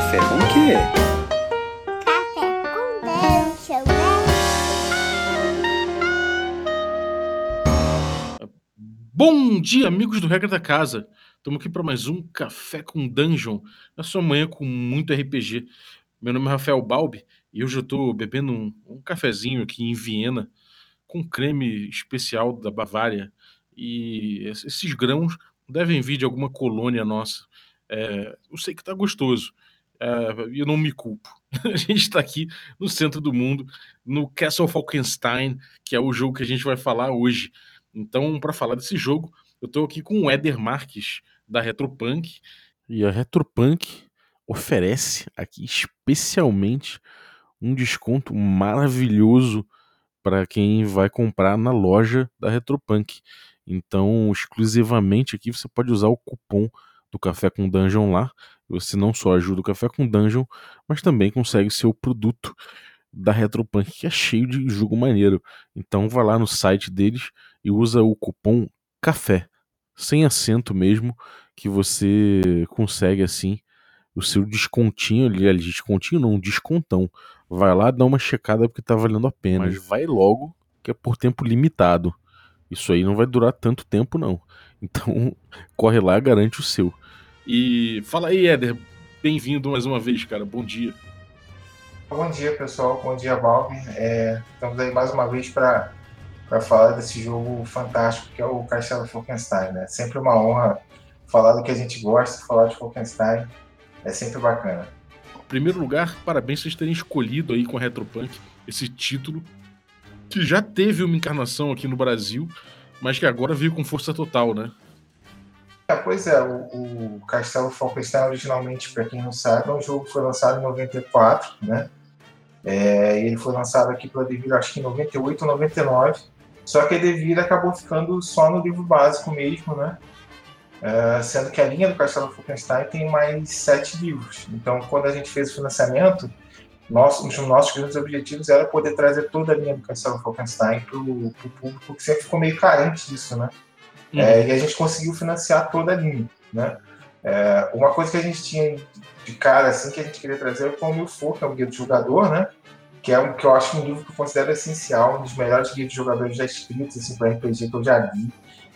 Café com o quê? Café com Dungeon, né? Bom dia, amigos do Regra da Casa. Estamos aqui para mais um Café com Dungeon, na sua manhã com muito RPG. Meu nome é Rafael Balbi e hoje eu estou bebendo um cafezinho aqui em Viena com creme especial da Bavária. E esses grãos devem vir de alguma colônia nossa. Eu sei que está gostoso e eu não me culpo. A gente está aqui no centro do mundo, no Castle Falkenstein, que é o jogo que a gente vai falar hoje. Então, para falar desse jogo, eu estou aqui com o Éder Marques, da Retropunk. E a Retropunk oferece aqui especialmente um desconto maravilhoso para quem vai comprar na loja da Retropunk. Então, exclusivamente aqui você pode usar o cupom do Café com Dungeon lá. Você não só ajuda o Café com Dungeon, mas também consegue seu produto da Retropunk, que é cheio de jogo maneiro. Então vai lá no site deles e usa o cupom CAFÉ, sem acento mesmo, que você consegue assim o seu descontinho ali, descontinho não, um descontão. Vai lá, dá uma checada porque tá valendo a pena. Mas vai logo, que é por tempo limitado. Isso aí não vai durar tanto tempo não. Então corre lá, garante o seu. E fala aí, Éder, bem-vindo mais uma vez, cara, bom dia. Bom dia, pessoal. Bom dia, Balbi. Estamos aí mais uma vez para falar desse jogo fantástico que é o Castelo Falkenstein, né? Sempre uma honra falar do que a gente gosta, falar de Falkenstein. É sempre bacana. Em primeiro lugar, parabéns por vocês terem escolhido aí com a Retropunk esse título que já teve uma encarnação aqui no Brasil, mas que agora veio com força total, né? Pois é, o Castelo Falkenstein originalmente, para quem não sabe, é um jogo que foi lançado em 94, né? Ele foi lançado aqui pela Devir, acho que em 98 ou 99, só que a Devir acabou ficando só no livro básico mesmo, né? Sendo que a linha do Castelo Falkenstein tem mais 7 livros. Então, quando a gente fez o financiamento, um dos nossos grandes objetivos era poder trazer toda a linha do Castelo Falkenstein para o público, que sempre ficou meio carente disso, né? E a gente conseguiu financiar toda a linha, né? Uma coisa que a gente tinha de cara, assim, que a gente queria trazer foi o Milford, que é o Guia do Jogador, né? Que é que eu acho um livro que eu considero essencial, um dos melhores guias de jogadores já escritos, assim, para RPG que eu já vi.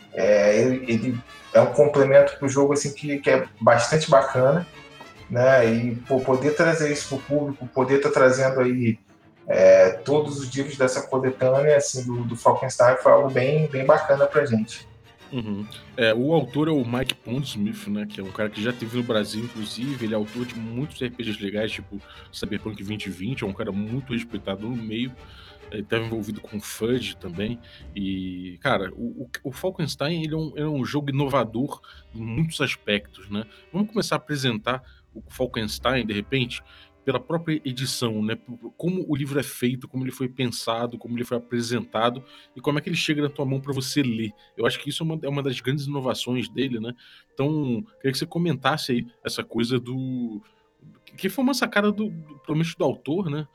Ele é um complemento para o jogo, assim, que é bastante bacana, né? E poder trazer isso para o público, poder estar trazendo aí todos os livros dessa coletânea, assim, do Falkenstein foi algo bem, bem bacana para a gente. Uhum. O autor é o Mike Pondsmith, né, que é um cara que já teve no Brasil, inclusive. Ele é autor de muitos RPGs legais, tipo Cyberpunk 2020, é um cara muito respeitado no meio. Ele estava envolvido com Fudge também. E, cara, o Falkenstein ele é um jogo inovador em muitos aspectos, né? Vamos começar a apresentar o Falkenstein, de repente, pela própria edição, né? Como o livro é feito, como ele foi pensado, como ele foi apresentado e como é que ele chega na tua mão para você ler. Eu acho que isso é uma das grandes inovações dele, né? Então, queria que você comentasse aí essa coisa do... que foi uma sacada provavelmente do autor, né?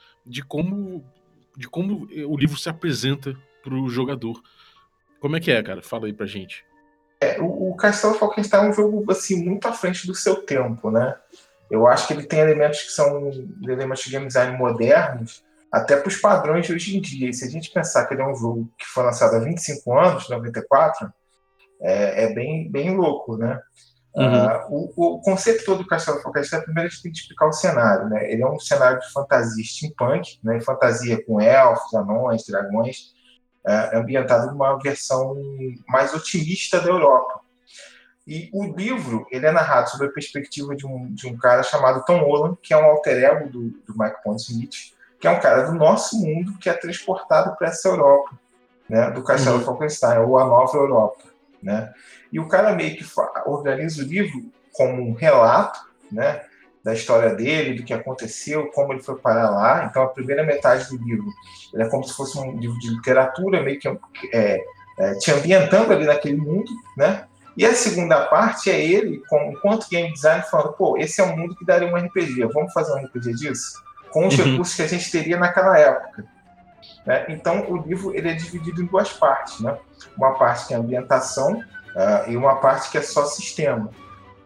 De como o livro se apresenta pro jogador. Como é que é, cara? Fala aí pra gente. O Castelo Falkenstein é um jogo, assim, muito à frente do seu tempo, né? Eu acho que ele tem elementos que são elementos de game design modernos, até para os padrões de hoje em dia. E se a gente pensar que ele é um jogo que foi lançado há 25 anos, 94, é bem, bem louco, né? Uhum. O conceito todo do Castelo Falkenstein, primeiro a gente tem que explicar o cenário, né? Ele é um cenário de fantasia steampunk, né? Fantasia com elfos, anões, dragões, ambientado numa versão mais otimista da Europa. E o livro ele é narrado sob a perspectiva de um cara chamado Tom Holland, que é um alter ego do Mike Pondsmith, que é um cara do nosso mundo que é transportado para essa Europa, né, do Castelo Falkenstein, ou a Nova Europa, né? E o cara meio que organiza o livro como um relato, né, da história dele, do que aconteceu, como ele foi parar lá. Então, a primeira metade do livro ele é como se fosse um livro de literatura, meio que te ambientando ali naquele mundo, né? E a segunda parte é ele, enquanto game design, falando, pô, esse é um mundo que daria um RPG, vamos fazer um RPG disso? Com os recursos que a gente teria naquela época. Né? Então, o livro ele é dividido em duas partes, né? Uma parte que é ambientação e uma parte que é só sistema.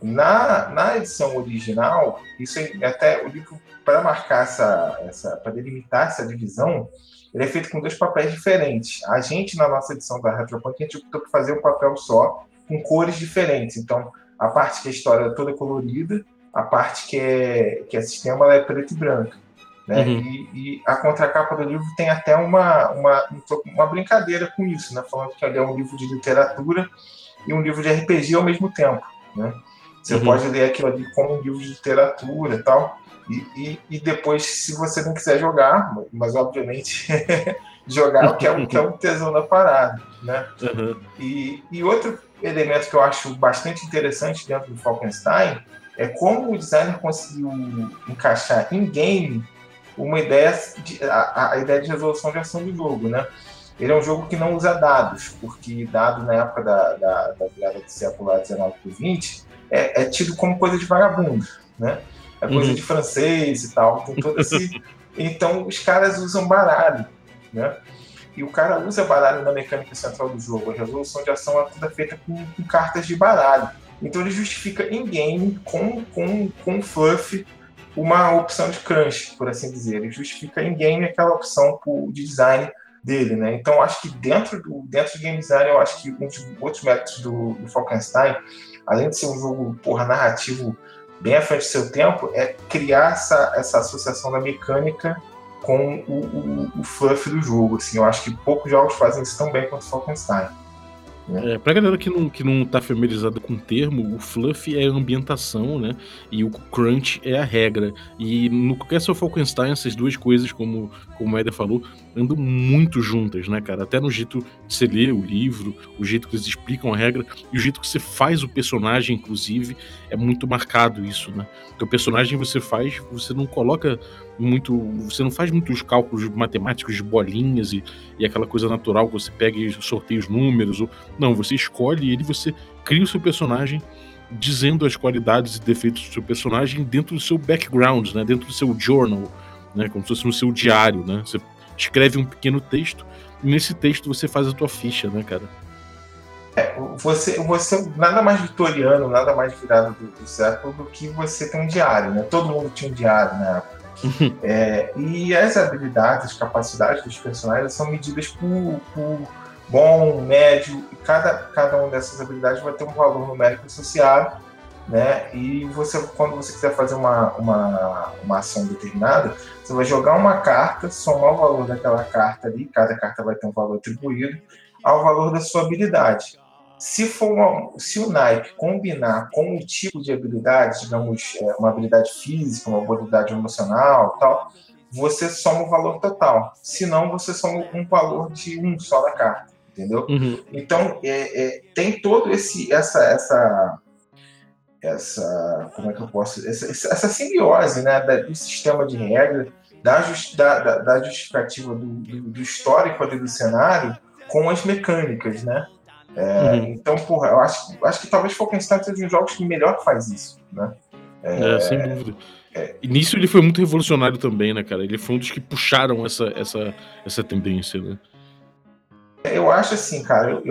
Na edição original, isso é até o livro, para marcar para delimitar essa divisão, ele é feito com dois papéis diferentes. A gente, na nossa edição da Retropunk, a gente optou por fazer um papel só, com cores diferentes. Então, a parte que a história é toda colorida, a parte que é sistema, ela é preto e branco. Né? Uhum. E a contracapa do livro tem até uma brincadeira com isso, né? Falando que ele é um livro de literatura e um livro de RPG ao mesmo tempo. Né? Você pode ler aquilo ali como um livro de literatura e tal, e depois, se você não quiser jogar, mas obviamente jogar que é um tesão da parada. Né? E outro elemento que eu acho bastante interessante dentro do Falkenstein é como o designer conseguiu encaixar em game uma ideia a ideia de resolução de ação do jogo, né? Ele é um jogo que não usa dados, porque dado na época da virada do século XIX para o XX é tido como coisa de vagabundo, né? É coisa de francês e tal. Tem todo esse... Então os caras usam baralho, né? E o cara usa baralho na mecânica central do jogo. A resolução de ação é toda feita com cartas de baralho. Então ele justifica in-game com fluff uma opção de crunch, por assim dizer. Ele justifica em-game aquela opção de design dele, né? Então, acho que dentro de game design, eu acho que um dos outros méritos do Falkenstein, além de ser um jogo, narrativo bem à frente do seu tempo, é criar essa associação da mecânica com o fluff do jogo. Assim, eu acho que poucos jogos fazem isso tão bem quanto o Falkenstein. Pra galera que não tá familiarizada com o termo, o fluff é a ambientação, né? E o crunch é a regra. E no Castle Falkenstein, essas duas coisas, como o Eder falou, andam muito juntas, né, cara? Até no jeito de você ler o livro, o jeito que eles explicam a regra, e o jeito que você faz o personagem, inclusive, é muito marcado isso, né? Porque o personagem você não coloca muito. Você não faz muitos cálculos matemáticos de bolinhas e aquela coisa natural que você pega e sorteia os números. Não, você escolhe ele, você cria o seu personagem dizendo as qualidades e defeitos do seu personagem dentro do seu background, né? Dentro do seu journal, né? Como se fosse no seu diário, né? Você escreve um pequeno texto e nesse texto você faz a tua ficha, né, cara? Você nada mais vitoriano, nada mais virado do século do que você ter um diário, né? Todo mundo tinha um diário na época. E as habilidades, as capacidades dos personagens são medidas por bom, médio, e cada uma dessas habilidades vai ter um valor numérico associado, né? E quando você quiser fazer uma ação determinada, você vai jogar uma carta, somar o valor daquela carta ali, cada carta vai ter um valor atribuído ao valor da sua habilidade. Se o naipe combinar com o tipo de habilidade, digamos, uma habilidade física, uma habilidade emocional, tal, você soma o valor total. Se não, você soma um valor de um só na carta, entendeu? Então, tem todo essa como é que eu posso... Essa simbiose, né, do sistema de regra, da justificativa do histórico ali do cenário com as mecânicas, né? Então, eu acho que talvez Falkenstein seja um dos jogos que melhor faz isso, né? Sem dúvida. E nisso ele foi muito revolucionário também, né, cara? Ele foi um dos que puxaram essa tendência, né? Eu acho assim, cara,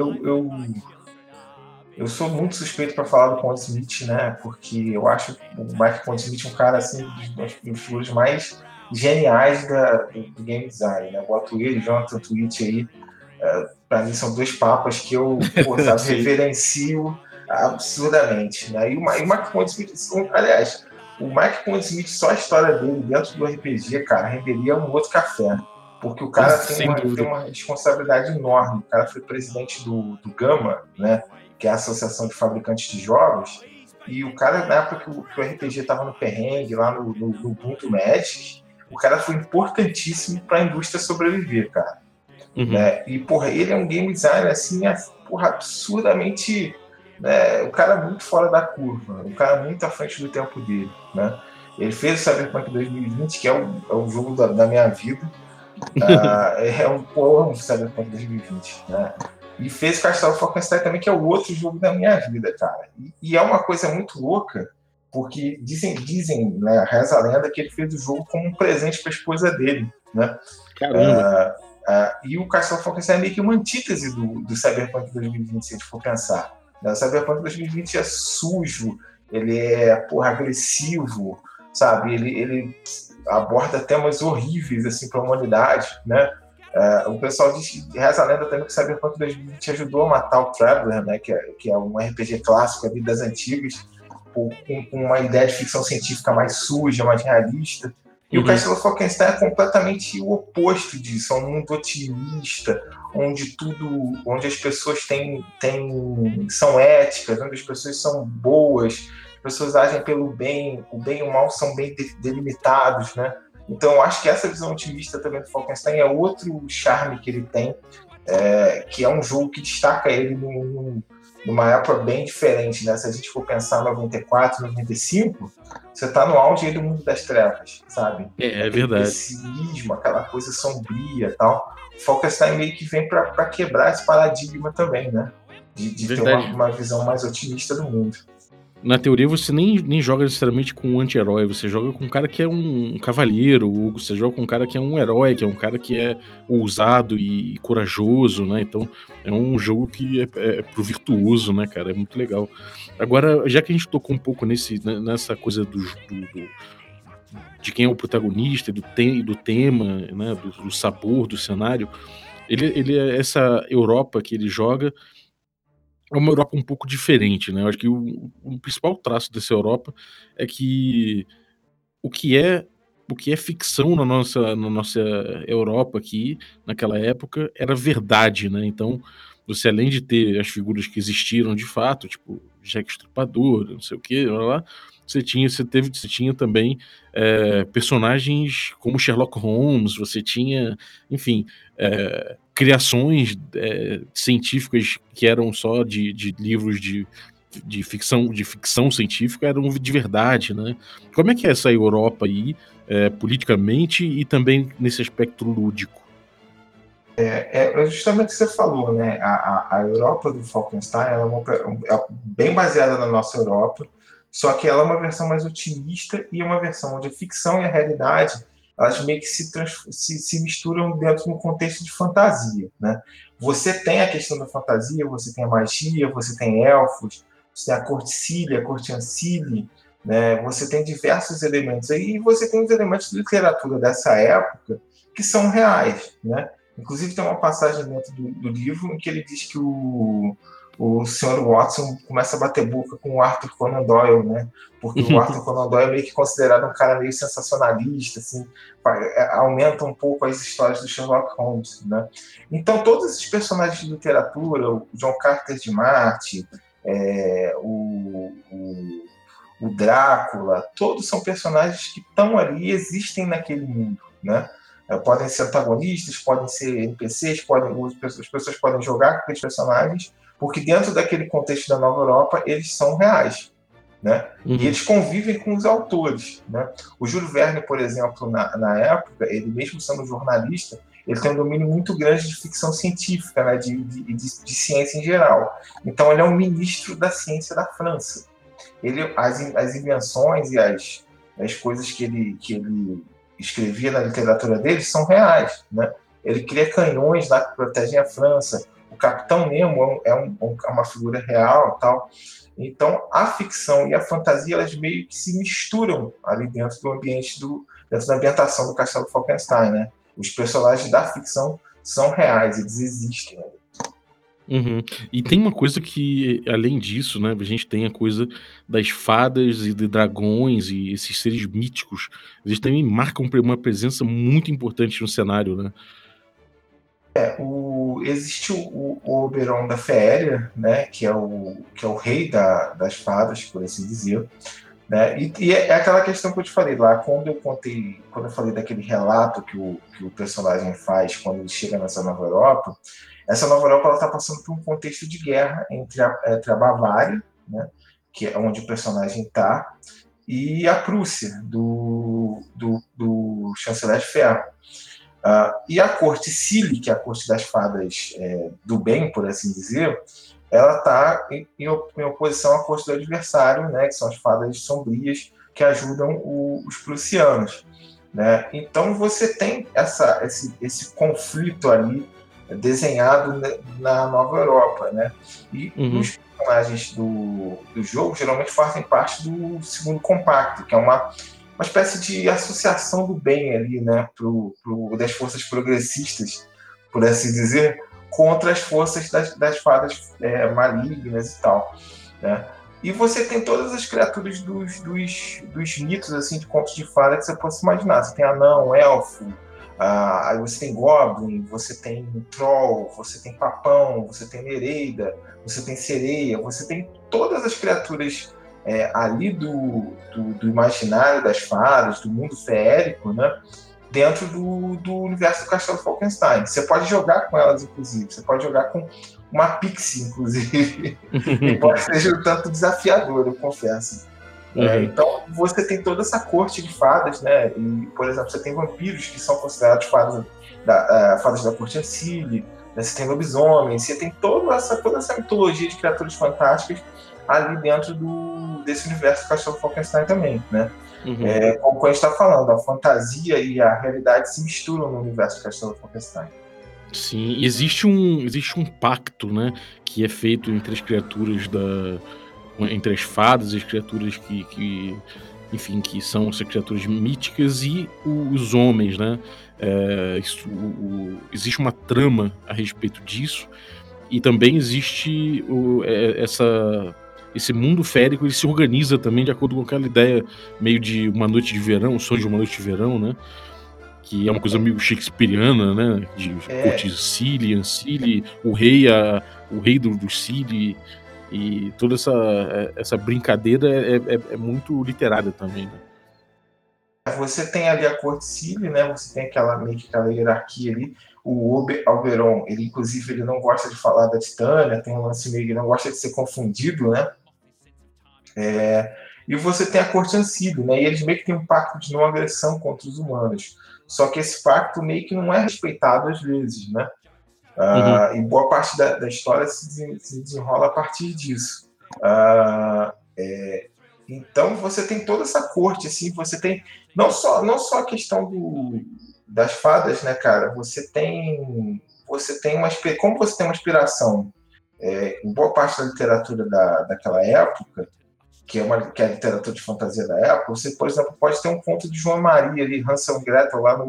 eu sou muito suspeito para falar do Pondsmith, né? Porque eu acho o Mike Pondsmith um cara assim dos figuras mais geniais do game design, né? Boto ele, Jonathan Twitch aí, para mim são dois papas que eu reverencio absurdamente, né? E o Mike Pondsmith, aliás, o Mike Pondsmith, só a história dele dentro do RPG, cara, renderia um outro café. Porque o cara tem uma responsabilidade enorme. O cara foi presidente do Gama, né? Que é a Associação de Fabricantes de Jogos, e o cara, na época que o RPG estava no perrengue, lá no Ubuntu Magic, o cara foi importantíssimo para a indústria sobreviver, cara. Né? E, ele é um game designer, assim, absurdamente... Né? O cara muito fora da curva, o cara muito à frente do tempo dele, né? Ele fez o Cyberpunk 2020, que é o jogo da minha vida. É um Cyberpunk 2020, né? E fez Castle Falkenstein também, que é o outro jogo da minha vida, cara. E é uma coisa muito louca, porque dizem, né, reza a lenda que ele fez o jogo como um presente para a esposa dele, né? Caramba! E o Castle Falkenstein é meio que uma antítese do Cyberpunk 2020, se a gente for pensar. O Cyberpunk 2020 é sujo, ele é, agressivo, sabe? Ele aborda temas horríveis, assim, para a humanidade, né? O pessoal reza a lenda também que Cyberpunk 2020 ajudou a matar o Traveler, né? Que é um RPG clássico ali das antigas, com uma ideia de ficção científica mais suja, mais realista. E o Castelo Falkenstein é completamente o oposto disso, é um mundo otimista, onde as pessoas são éticas, onde as pessoas são boas, as pessoas agem pelo bem, o bem e o mal são bem delimitados, né? Então, eu acho que essa visão otimista também do Falkenstein é outro charme que ele tem, que é um jogo que destaca ele numa época bem diferente, né? Se a gente for pensar em 94, 95, você está no auge aí do mundo das trevas, sabe? É Aquele verdade. pessimismo, aquela coisa sombria e tal. O Falkenstein meio que vem para quebrar esse paradigma também, né? De ter uma visão mais otimista do mundo. Na teoria, você nem joga necessariamente com um anti-herói, você joga com um cara que é um cavalheiro, ou você joga com um cara que é um herói, que é um cara que é ousado e corajoso, né? Então, é um jogo que é pro virtuoso, né, cara? É muito legal. Agora, já que a gente tocou um pouco nessa coisa de quem é o protagonista, do tema, né, do sabor, do cenário, essa Europa que ele joga é uma Europa um pouco diferente, né? Eu acho que o principal traço dessa Europa é que o que é o que é ficção na nossa Europa aqui, naquela época, era verdade, né? Então, você além de ter as figuras que existiram de fato, tipo Jack Estripador, não sei o quê, lá, lá, você tinha também personagens como Sherlock Holmes, você tinha, enfim, criações científicas que eram só de livros de ficção científica, eram de verdade, né? Como é que é essa Europa aí, politicamente e também nesse aspecto lúdico? É justamente o que você falou, né? A Europa do Falkenstein ela é bem baseada na nossa Europa, só que ela é uma versão mais otimista e é uma versão onde a ficção e a realidade elas meio que se misturam dentro de um contexto de fantasia, né? Você tem a questão da fantasia, você tem a magia, você tem elfos, você tem a corte Cília, a corte Ancile, né? Você tem diversos elementos aí e você tem os elementos de literatura dessa época que são reais, né? Inclusive tem uma passagem dentro do livro em que ele diz que o Sr. Watson começa a bater boca com o Arthur Conan Doyle, né? Porque o Arthur Conan Doyle é meio que considerado um cara meio sensacionalista, assim, aumenta um pouco as histórias do Sherlock Holmes, né? Então todos esses personagens de literatura, o John Carter de Marte, o Drácula, todos são personagens que estão ali e existem naquele mundo, né? Podem ser antagonistas, podem ser NPCs, as pessoas podem jogar com aqueles personagens, porque dentro daquele contexto da Nova Europa, eles são reais, né? E eles convivem com os autores, né? O Júlio Verne, por exemplo, na época, ele mesmo sendo jornalista, ele tem um domínio muito grande de ficção científica, né? de ciência em geral. Então, ele é um ministro da ciência da França. As invenções e as coisas que ele escrevia na literatura dele são reais, né? Ele cria canhões lá que protegem a França. O Capitão Nemo é uma figura real, tal. Então, a ficção e a fantasia elas meio que se misturam ali dentro do ambiente dentro da ambientação do Castelo Falkenstein, né? Os personagens da ficção são reais, eles existem. Né? Uhum. E tem uma coisa que, além disso, né, a gente tem a coisa das fadas e de dragões e esses seres míticos. Eles também marcam uma presença muito importante no cenário, né? Existe o Oberon da Féria, né, que é o rei das fadas, por assim dizer. Né? E é aquela questão que eu te falei lá, quando eu falei daquele relato que o personagem faz quando ele chega nessa Nova Europa, essa Nova Europa está passando por um contexto de guerra entre a Bavária, né, que é onde o personagem está, e a Prússia, do chanceler de ferro. E a corte Cília, que é a corte das fadas do bem, por assim dizer, ela está em oposição à corte do adversário, né, que são as fadas sombrias que ajudam os prussianos. Né? Então você tem esse conflito ali desenhado na Nova Europa. Né? E nos personagens do jogo geralmente fazem parte do segundo compacto, que é uma espécie de associação do bem ali, né, das forças progressistas, por assim dizer, contra as forças das fadas malignas e tal, né? E você tem todas as criaturas dos mitos, assim, de contos de fada que você possa imaginar. Você tem anão, elfo, aí você tem goblin, você tem troll, você tem papão, você tem nereida, você tem sereia, você tem todas as criaturas ali do imaginário das fadas, do mundo feérico, né? Dentro do universo do Castelo Falkenstein. Você pode jogar com elas, inclusive. Você pode jogar com uma pixie, inclusive. Embora seja um tanto desafiador, eu confesso. Então, você tem toda essa corte de fadas, né? E, por exemplo, você tem vampiros que são considerados fadas da corte Ancile, né? Você tem lobisomens, você tem toda essa mitologia de criaturas fantásticas ali dentro desse universo do Castelo Falkenstein também, né? Como a gente está falando, a fantasia e a realidade se misturam no universo do Castelo Falkenstein. Sim, existe um pacto, né, que é feito entre as criaturas entre as fadas e as criaturas enfim, que são essas criaturas míticas e os homens, né? Existe uma trama a respeito disso, e também existe esse mundo férico, ele se organiza também de acordo com aquela ideia meio de uma noite de verão, o sonho de uma noite de verão, né? Que é uma coisa meio shakespeariana, né? De corte Ancile, o rei do Cile, e toda essa brincadeira é muito literária também, né? Você tem ali a corte Cile, né? Você tem meio que aquela hierarquia ali. O Oberon, ele inclusive ele não gosta de falar da Titânia, tem um lance meio que não gosta de ser confundido, né? E você tem a corte Ancile, né? E eles meio que têm um pacto de não agressão contra os humanos. Só que esse pacto meio que não é respeitado às vezes, né? E boa parte da história se desenrola a partir disso. Então você tem toda essa corte, assim, você tem não só a questão das fadas, né, cara? Você tem como você tem uma inspiração em boa parte da literatura daquela época, que é a literatura de fantasia da época. Você, por exemplo, pode ter um conto de João Maria ali, Hansel e Gretel lá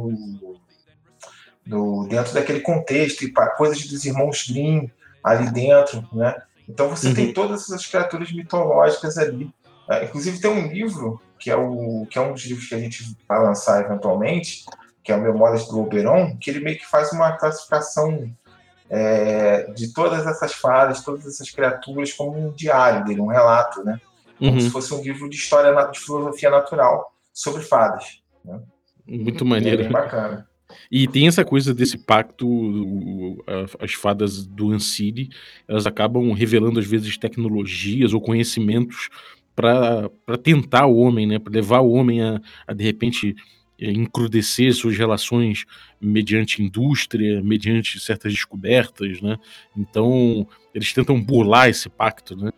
dentro daquele contexto, e coisas dos irmãos Grimm ali dentro, né? Então você tem todas essas criaturas mitológicas ali. Inclusive tem um livro, que é um dos livros que a gente vai lançar eventualmente, que é o Memórias do Oberon, que ele meio que faz uma classificação de todas essas fadas, todas essas criaturas, como um diário dele, um relato, né? Como se fosse um livro de história, de filosofia natural sobre fadas. Né? Muito maneiro. É bem bacana. E tem essa coisa desse pacto, as fadas do Ancile, elas acabam revelando às vezes tecnologias ou conhecimentos para tentar o homem, né, para levar o homem a de repente encrudescer suas relações mediante indústria, mediante certas descobertas, né? Então eles tentam burlar esse pacto, né?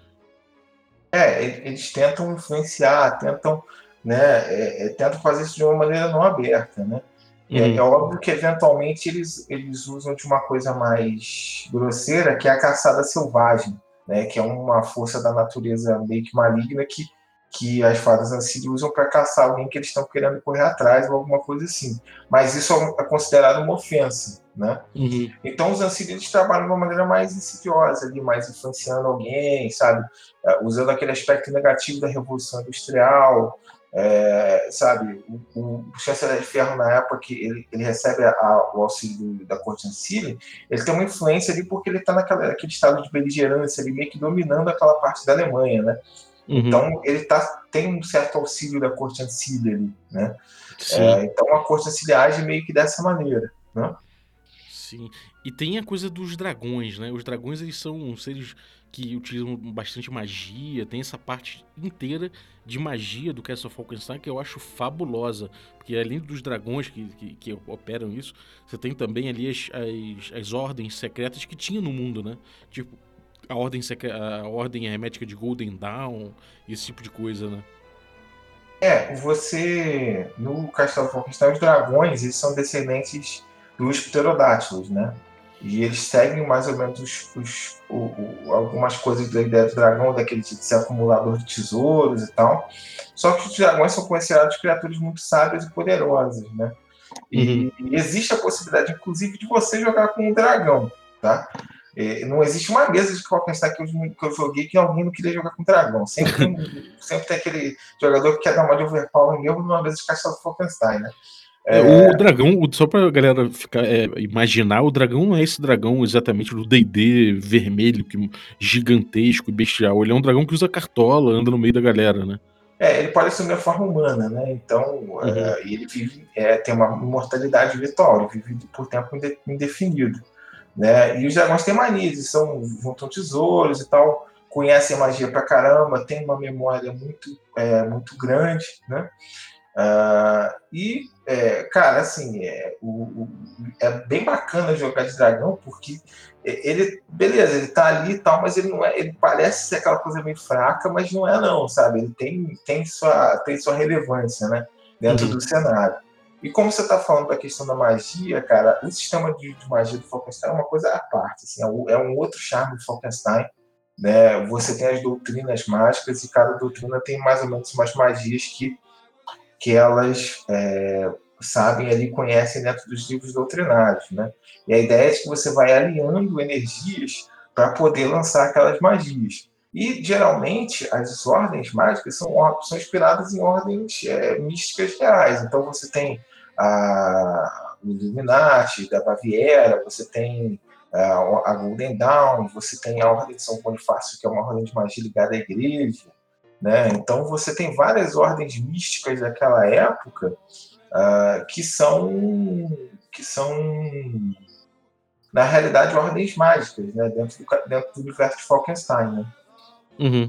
Eles tentam influenciar, tentam fazer isso de uma maneira não aberta, né? É óbvio que eventualmente eles usam de uma coisa mais grosseira, que é a caçada selvagem, né? Que é uma força da natureza meio que maligna que as fadas Ancile usam para caçar alguém que eles estão querendo correr atrás ou alguma coisa assim. Mas isso é considerado uma ofensa, né? Então os Ancile eles trabalham de uma maneira mais insidiosa ali, mais influenciando alguém, sabe? Usando aquele aspecto negativo da Revolução Industrial, sabe? O chanceler de Ferro, na época que ele recebe o auxílio da corte Ancile, ele tem uma influência ali porque ele está naquele estado de beligerância, ali, meio que dominando aquela parte da Alemanha, né? Então ele tem um certo auxílio da corte Ancile ali, né? Então a corte Ancile age meio que dessa maneira, né? Sim. E tem a coisa dos dragões, né? Os dragões, eles são seres que utilizam bastante magia. Tem essa parte inteira de magia do Castle Falkenstein que eu acho fabulosa. Porque além dos dragões que operam isso, você tem também ali as ordens secretas que tinha no mundo, né? Tipo, a ordem hermética de Golden Dawn, esse tipo de coisa, né? No Castelo Falkenstein, os dragões, eles são descendentes dos pterodátilos, né? E eles seguem mais ou menos algumas coisas da ideia do dragão, daquele de ser acumulador de tesouros e tal. Só que os dragões são considerados criaturas muito sábias e poderosas, né? E existe a possibilidade, inclusive, de você jogar com um dragão, tá? Não existe uma mesa de Falkenstein que eu joguei que alguém não queria jogar com dragão. Sempre tem aquele jogador que quer dar uma de overpower mesmo numa mesa de Castelo Falkenstein, né? O dragão, só pra galera imaginar, o dragão não é esse dragão exatamente do D&D vermelho, gigantesco e bestial. Ele é um dragão que usa cartola, anda no meio da galera, né? Ele pode assumir a forma humana, né? Então, ele vive, tem uma imortalidade virtual, ele vive por tempo indefinido, né? E os dragões têm manias, juntam tesouros e tal, conhecem magia pra caramba, tem uma memória muito grande, né? Cara, assim, é bem bacana jogar de dragão, porque beleza, ele tá ali e tal, mas ele não é, ele parece ser aquela coisa meio fraca, mas não é não, sabe? Ele tem sua relevância, né? Dentro do cenário. E como você tá falando da questão da magia, cara, o sistema de magia do Falkenstein é uma coisa à parte, assim, é um outro charme do Falkenstein, né? Você tem as doutrinas mágicas e cada doutrina tem mais ou menos umas magias que elas sabem ali, conhecem dentro dos livros doutrinários, né? E a ideia é que você vai alinhando energias para poder lançar aquelas magias. E, geralmente, as ordens mágicas são inspiradas em ordens místicas reais. Então, você tem o Illuminati, da Baviera, você tem a Golden Dawn, você tem a Ordem de São Bonifácio, que é uma ordem de magia ligada à igreja, né? Então você tem várias ordens místicas daquela época que são na realidade ordens mágicas, né? dentro do universo de Falkenstein, né?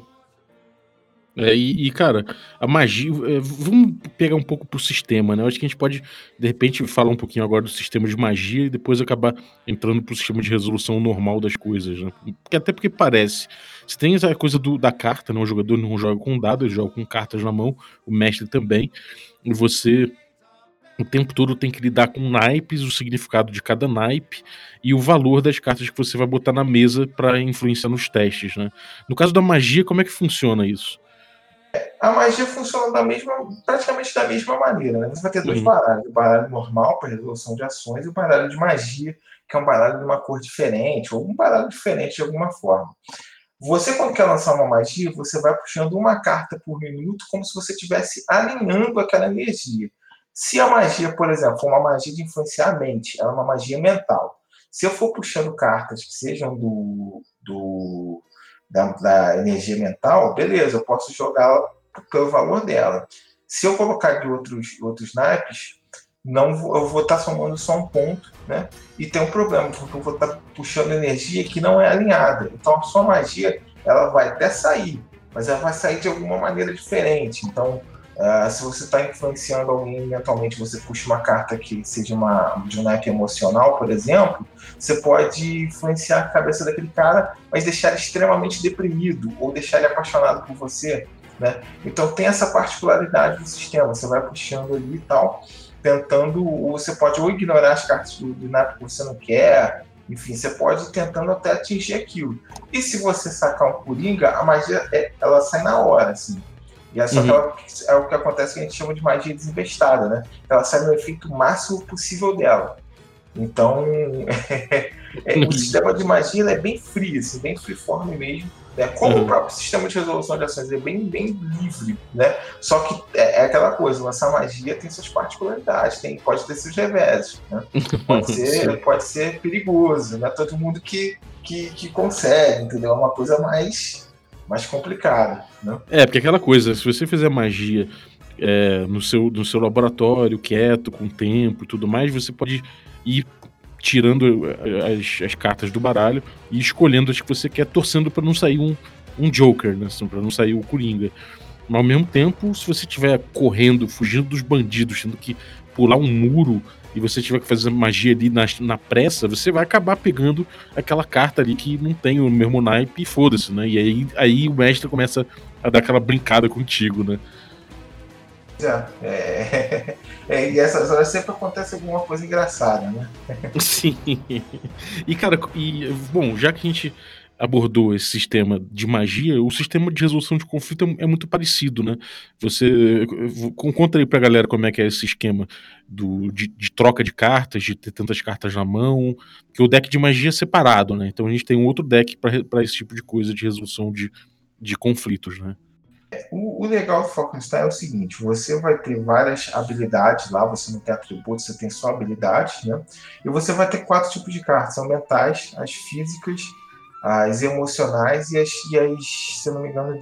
Cara, a magia. Vamos pegar um pouco pro sistema, né? Eu acho que a gente pode, de repente, falar um pouquinho agora do sistema de magia e depois acabar entrando pro sistema de resolução normal das coisas, né? Até porque parece. Você tem essa coisa da carta, né? O jogador não joga com dados, ele joga com cartas na mão, o mestre também, e você o tempo todo tem que lidar com naipes, o significado de cada naipe e o valor das cartas que você vai botar na mesa para influenciar nos testes, né? No caso da magia, como é que funciona isso? A magia funciona praticamente da mesma maneira, né? Você vai ter dois baralhos: o baralho normal para resolução de ações e o baralho de magia, que é um baralho de uma cor diferente, ou um baralho diferente de alguma forma. Você, quando quer lançar uma magia, você vai puxando uma carta por minuto, como se você estivesse alinhando aquela energia. Se a magia, por exemplo, for uma magia de influenciar a mente, ela é uma magia mental. Se eu for puxando cartas que sejam da energia mental, beleza, eu posso jogá-la pelo valor dela. Se eu colocar de outros naipes, eu vou estar somando só um ponto, né? E tem um problema, porque eu vou estar puxando energia que não é alinhada. Então a sua magia, ela vai até sair, mas ela vai sair de alguma maneira diferente. Então, se você está influenciando alguém mentalmente, você puxa uma carta que seja de um naipe emocional, por exemplo, você pode influenciar a cabeça daquele cara, mas deixar ele extremamente deprimido ou deixar ele apaixonado por você, né? Então tem essa particularidade do sistema, você vai puxando ali e tal, tentando, ou você pode ou ignorar as cartas do naipe que você não quer, enfim, você pode ir tentando até atingir aquilo. E se você sacar um coringa, a magia ela sai na hora, assim. E é só que é o que acontece, que a gente chama de magia desinvestada, né? Ela sai no efeito máximo possível dela. Então, o sistema de magia é bem free, assim, bem freeform mesmo, né? Como o próprio sistema de resolução de ações é bem livre, né? Só que é aquela coisa, lançar magia tem suas particularidades, pode ter seus reveses, né? Pode ser perigoso, não é todo mundo que consegue, entendeu? É uma coisa mais complicada, né? Porque aquela coisa, se você fizer magia no seu laboratório, quieto, com tempo e tudo mais, você pode ir tirando as cartas do baralho e escolhendo as que você quer, torcendo para não sair um Joker, né? Para não sair o Coringa. Mas ao mesmo tempo, se você estiver correndo, fugindo dos bandidos, tendo que pular um muro e você tiver que fazer magia ali na pressa, você vai acabar pegando aquela carta ali que não tem o mesmo naipe e foda-se, né? E aí o mestre começa a dar aquela brincada contigo, né? E essas horas sempre acontece alguma coisa engraçada, né? Sim. E, cara, bom, já que a gente abordou esse sistema de magia, o sistema de resolução de conflito é muito parecido, né? Conta aí pra galera como é que é esse esquema de troca de cartas, de ter tantas cartas na mão, porque o deck de magia é separado, né? Então a gente tem um outro deck pra esse tipo de coisa de resolução de conflitos, né? O legal do Falkenstein é o seguinte: você vai ter várias habilidades lá, você não tem atributos, você tem só habilidades, né? E você vai ter 4 tipos de cartas: são mentais, as físicas, as emocionais e as, se eu não me engano,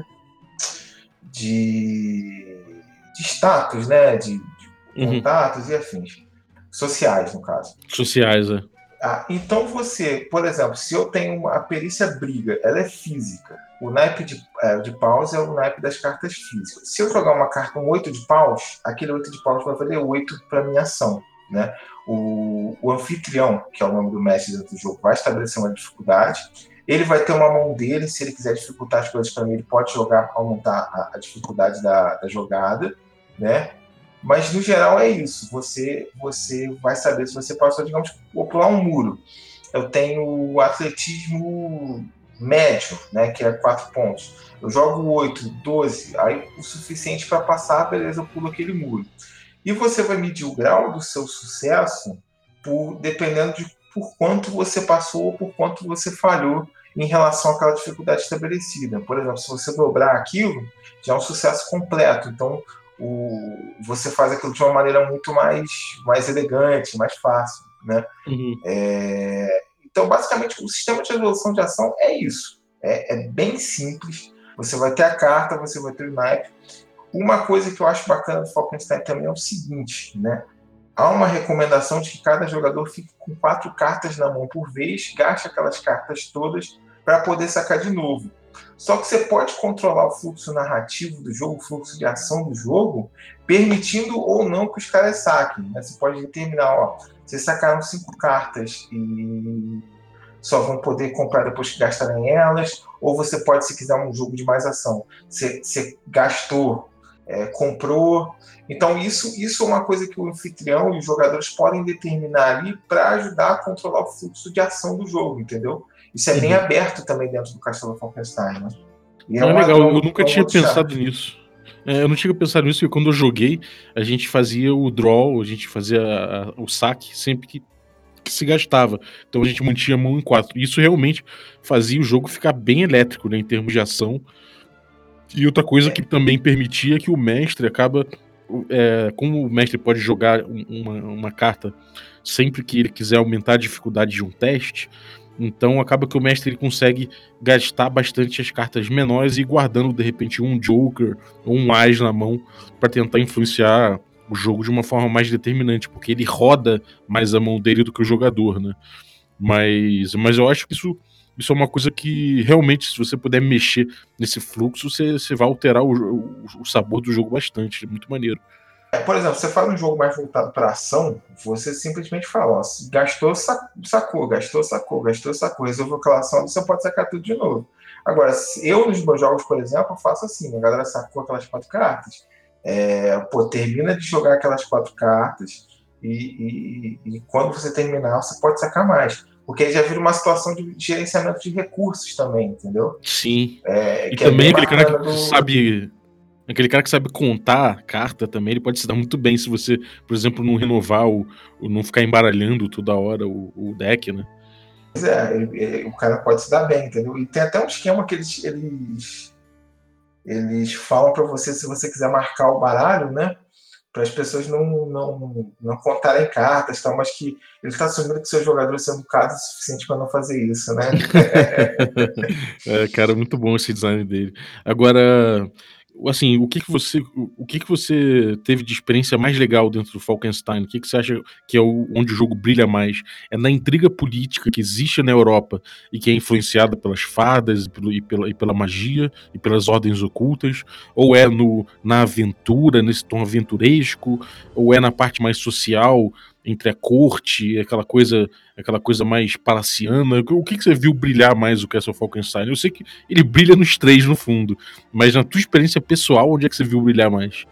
de, de status, né? De contatos e afins. Sociais, no caso. Sociais, é. Então você, por exemplo, se eu tenho a perícia briga, ela é física. O naipe de paus é o naipe das cartas físicas. Se eu jogar uma carta, um 8 de paus, aquele 8 de paus vai valer 8 para minha ação. Né? O anfitrião, que é o nome do mestre dentro do jogo, vai estabelecer uma dificuldade. Ele vai ter uma mão dele, se ele quiser dificultar as coisas para mim, ele pode jogar para aumentar a dificuldade da jogada. Né? Mas no geral é isso. Você vai saber se você passou, digamos, vou pular um muro. Eu tenho o atletismo médio, né, que é 4 pontos. Eu jogo 8, 12, aí o suficiente para passar, beleza, eu pulo aquele muro. E você vai medir o grau do seu sucesso dependendo de por quanto você passou ou por quanto você falhou em relação àquela dificuldade estabelecida. Por exemplo, se você dobrar aquilo, já é um sucesso completo. Então, você faz aquilo de uma maneira muito mais elegante, mais fácil. Né? Então, basicamente, o sistema de resolução de ação é isso. É bem simples. Você vai ter a carta, você vai ter o naipe. Uma coisa que eu acho bacana do Falkenstein também é o seguinte, né? Há uma recomendação de que cada jogador fique com 4 cartas na mão por vez, gaste aquelas cartas todas para poder sacar de novo. Só que você pode controlar o fluxo narrativo do jogo, o fluxo de ação do jogo, permitindo ou não que os caras saquem. Né? Você pode determinar, vocês sacaram 5 cartas e só vão poder comprar depois que gastarem elas, ou você pode, se quiser um jogo de mais ação, você gastou, comprou. Então isso é uma coisa que o anfitrião e os jogadores podem determinar ali para ajudar a controlar o fluxo de ação do jogo, entendeu? Isso é bem aberto também dentro do Castelo Falkenstein, né? E é legal, eu nunca tinha pensado charme. nisso. Eu não tinha pensado nisso, porque quando eu joguei, a gente fazia o draw, a gente fazia o saque sempre que se gastava. Então a gente mantinha a mão em 4. Isso realmente fazia o jogo ficar bem elétrico, né, em termos de ação. E outra coisa que também permitia que o mestre acaba... como o mestre pode jogar uma carta sempre que ele quiser aumentar a dificuldade de um teste, então acaba que o mestre ele consegue gastar bastante as cartas menores e ir guardando de repente um Joker ou um As na mão para tentar influenciar o jogo de uma forma mais determinante, porque ele roda mais a mão dele do que o jogador, né? Mas eu acho que isso é uma coisa que realmente, se você puder mexer nesse fluxo, você vai alterar o sabor do jogo bastante. É muito maneiro. Por exemplo, você faz um jogo mais voltado para ação, você simplesmente fala, gastou, sacou, gastou, sacou, gastou, sacou, resolveu aquela ação, você pode sacar tudo de novo. Agora, eu nos meus jogos, por exemplo, eu faço assim, a galera sacou aquelas 4 cartas, termina de jogar aquelas 4 cartas e quando você terminar, você pode sacar mais. Porque aí já vira uma situação de gerenciamento de recursos também, entendeu? Sim. E também aquele cara que sabe... Aquele cara que sabe contar carta também, ele pode se dar muito bem se você, por exemplo, não renovar ou não ficar embaralhando toda hora o deck, né? Pois o cara pode se dar bem, entendeu? E tem até um esquema que eles falam para você, se você quiser marcar o baralho, né? Para as pessoas não contarem cartas, tal, mas que ele está assumindo que seus jogadores são educados o suficiente para não fazer isso, né? Cara, muito bom esse design dele. Agora, assim, o que você teve de experiência mais legal dentro do Falkenstein? O que você acha que é onde o jogo brilha mais? É na intriga política que existe na Europa e que é influenciada pelas fadas e pela magia e pelas ordens ocultas? Ou é na aventura, nesse tom aventuresco? Ou é na parte mais social, entre a corte, aquela coisa mais palaciana? O que você viu brilhar mais o Castle Falkenstein? Eu sei que ele brilha nos 3 no fundo, mas na tua experiência pessoal, onde é que você viu brilhar mais?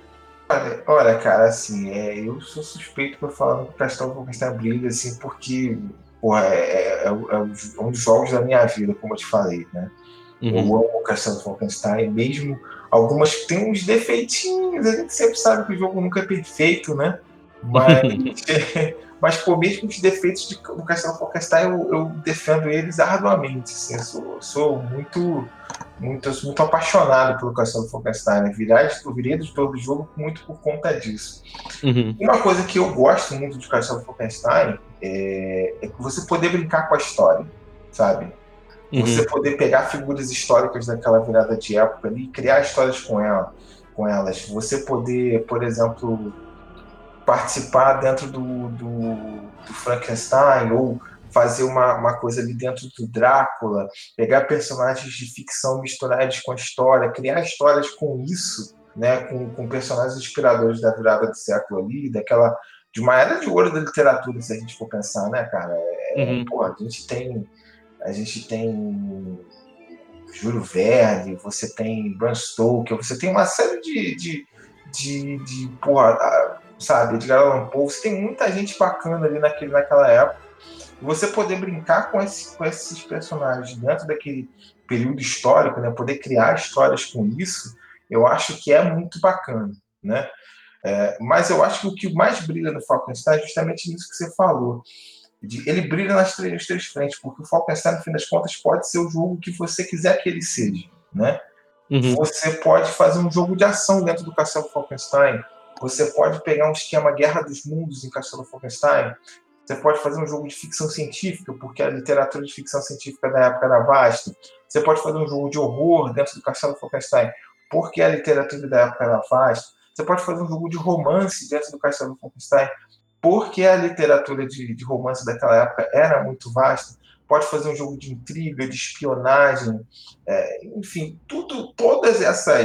Olha, cara, assim, eu sou suspeito por falar do Castelo Wolfenstein Brilha, assim, porque, porra, um dos jogos da minha vida, como eu te falei, né? Eu Uhum. amo o Castelo Wolfenstein, mesmo algumas que têm uns defeitinhos, a gente sempre sabe que o jogo nunca é perfeito, né? Mas, mas pô, mesmo os defeitos do Castelo Wolfenstein, eu defendo eles arduamente, assim, eu sou muito apaixonado pelo Castelo Wolfenstein, né? Virei editor do jogo muito por conta disso. Uhum. Uma coisa que eu gosto muito de Castelo Wolfenstein é que você poder brincar com a história, sabe? Você Uhum. poder pegar figuras históricas daquela virada de época ali e criar histórias com elas. Você poder, por exemplo, participar dentro do Frankenstein ou fazer uma coisa ali dentro do Drácula, pegar personagens de ficção, misturar eles com a história, criar histórias com isso, né, com personagens inspiradores da virada do século ali, de uma era de ouro da literatura, se a gente for pensar, né, cara? Uhum. Pô, a gente tem Júlio Verne, você tem Bram Stoker, você tem uma série de porra, sabe, Edgar Allan Poe, você tem muita gente bacana ali naquela época. E você poder brincar com esses personagens dentro daquele período histórico, né, poder criar histórias com isso, eu acho que é muito bacana, né? Mas eu acho que o que mais brilha no Falkenstein é justamente isso que você falou. Ele brilha nas três frentes, porque o Falkenstein, no fim das contas, pode ser o jogo que você quiser que ele seja, né? Uhum. Você pode fazer um jogo de ação dentro do Castelo Falkenstein, você pode pegar um esquema Guerra dos Mundos em Castelo Falkenstein, você pode fazer um jogo de ficção científica, porque a literatura de ficção científica da época era vasta, você pode fazer um jogo de horror dentro do Castelo Falkenstein, porque a literatura da época era vasta, você pode fazer um jogo de romance dentro do Castelo Falkenstein, porque a literatura de romance daquela época era muito vasta, pode fazer um jogo de intriga, de espionagem, enfim, todas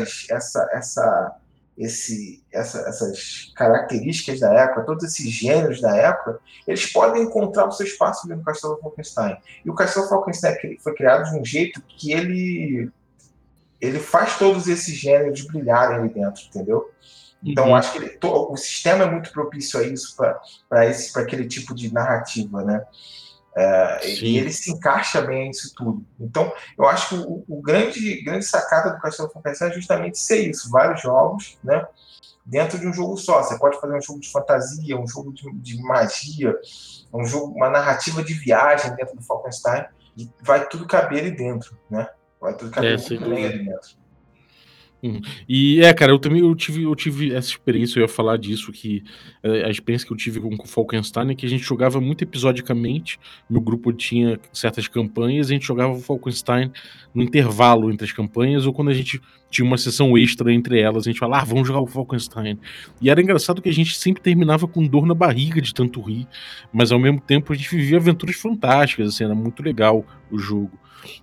essas características da época, todos esses gêneros da época, eles podem encontrar o seu espaço no Castelo Falkenstein. E o Castelo Falkenstein foi criado de um jeito que ele faz todos esses gêneros brilharem ali dentro, entendeu? Então, Uhum. acho que o sistema é muito propício a isso, para aquele tipo de narrativa, né? E Sim. ele se encaixa bem nisso tudo. Então, eu acho que o grande sacada do Castelo Fantasy é justamente ser isso, vários jogos, né? Dentro de um jogo só. Você pode fazer um jogo de fantasia, um jogo de magia, uma narrativa de viagem dentro do Falkenstein, e vai tudo caber ali dentro, né? Vai tudo caber Sem muito bem dúvida. ali dentro. Uhum. E cara, eu tive essa experiência, eu ia falar disso, que a experiência que eu tive com o Falkenstein é que a gente jogava muito episodicamente, meu grupo tinha certas campanhas, a gente jogava o Falkenstein no intervalo entre as campanhas, ou quando a gente tinha uma sessão extra entre elas, a gente falava, vamos jogar o Falkenstein. E era engraçado que a gente sempre terminava com dor na barriga de tanto rir, mas ao mesmo tempo a gente vivia aventuras fantásticas, assim, era muito legal o jogo.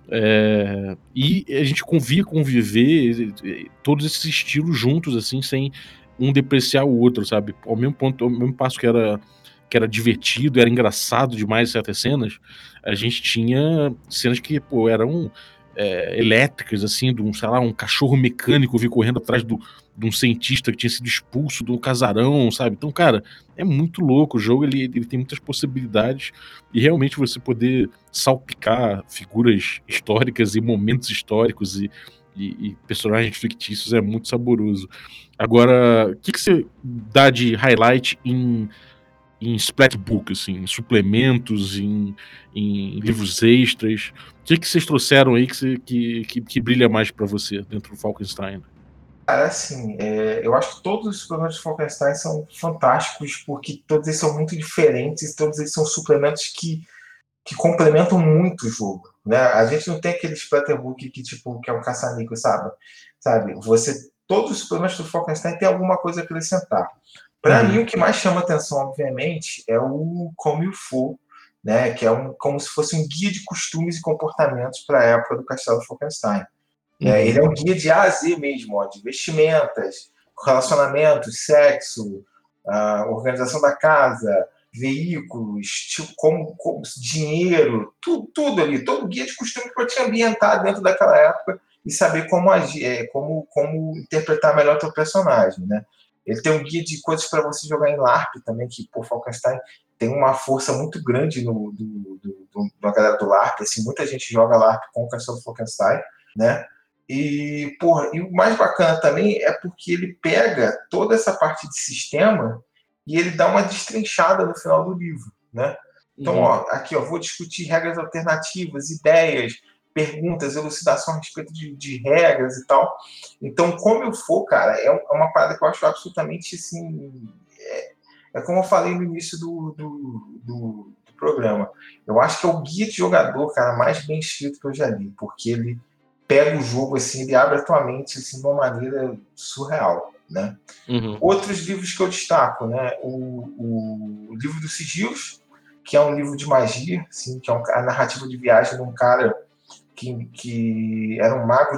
E a gente via conviver todos esses estilos juntos, assim, sem um depreciar o outro, sabe? Ao mesmo passo que era divertido, era engraçado demais certas cenas, a gente tinha cenas que, pô, eram elétricas, assim, sei lá, um cachorro mecânico vir correndo atrás de um cientista que tinha sido expulso de um casarão, sabe? Então, cara, é muito louco o jogo, ele tem muitas possibilidades e realmente você poder salpicar figuras históricas e momentos históricos e personagens fictícios é muito saboroso. Agora, o que você dá de highlight em Splatbook, assim, em suplementos, em livros extras? O que vocês trouxeram aí que brilha mais pra você dentro do Falkenstein? Cara, assim, eu acho que todos os suplementos de Falkenstein são fantásticos, porque todos eles são muito diferentes, todos eles são suplementos que complementam muito o jogo, né? A gente não tem aquele Splatterbook que é um caça-níquel, sabe? Todos os suplementos do Falkenstein têm alguma coisa a acrescentar. Para mim, Uhum. o que mais chama atenção, obviamente, é o Como You For, né? Que é como se fosse um guia de costumes e comportamentos para a época do Castelo Falkenstein. Né? Ele Uhum. é um guia de A a Z mesmo, ó, de vestimentas, relacionamentos, sexo, organização da casa, veículos, tipo, como dinheiro, tudo ali, todo guia de costume para te ambientar dentro daquela época e saber como agir, como interpretar melhor o teu personagem, né? Ele tem um guia de coisas para você jogar em LARP também, que, pô, Falkenstein tem uma força muito grande na galera do LARP, assim, muita gente joga LARP com o Castelo Falkenstein, né? E, porra, e o mais bacana também é porque ele pega toda essa parte de sistema e ele dá uma destrinchada no final do livro, né? Então, ó, aqui, ó, vou discutir regras alternativas, ideias, perguntas, elucidação a respeito de regras e tal. Então, como eu for, cara, é uma parada que eu acho absolutamente, assim, é como eu falei no início do programa. Eu acho que é o guia de jogador, cara, mais bem escrito que eu já li, porque ele pega o jogo, assim, ele abre a tua mente, assim, de uma maneira surreal, né? Outros livros que eu destaco, né? O livro dos Sigilos, que é um livro de magia, assim, que é a narrativa de viagem de um cara que era um mago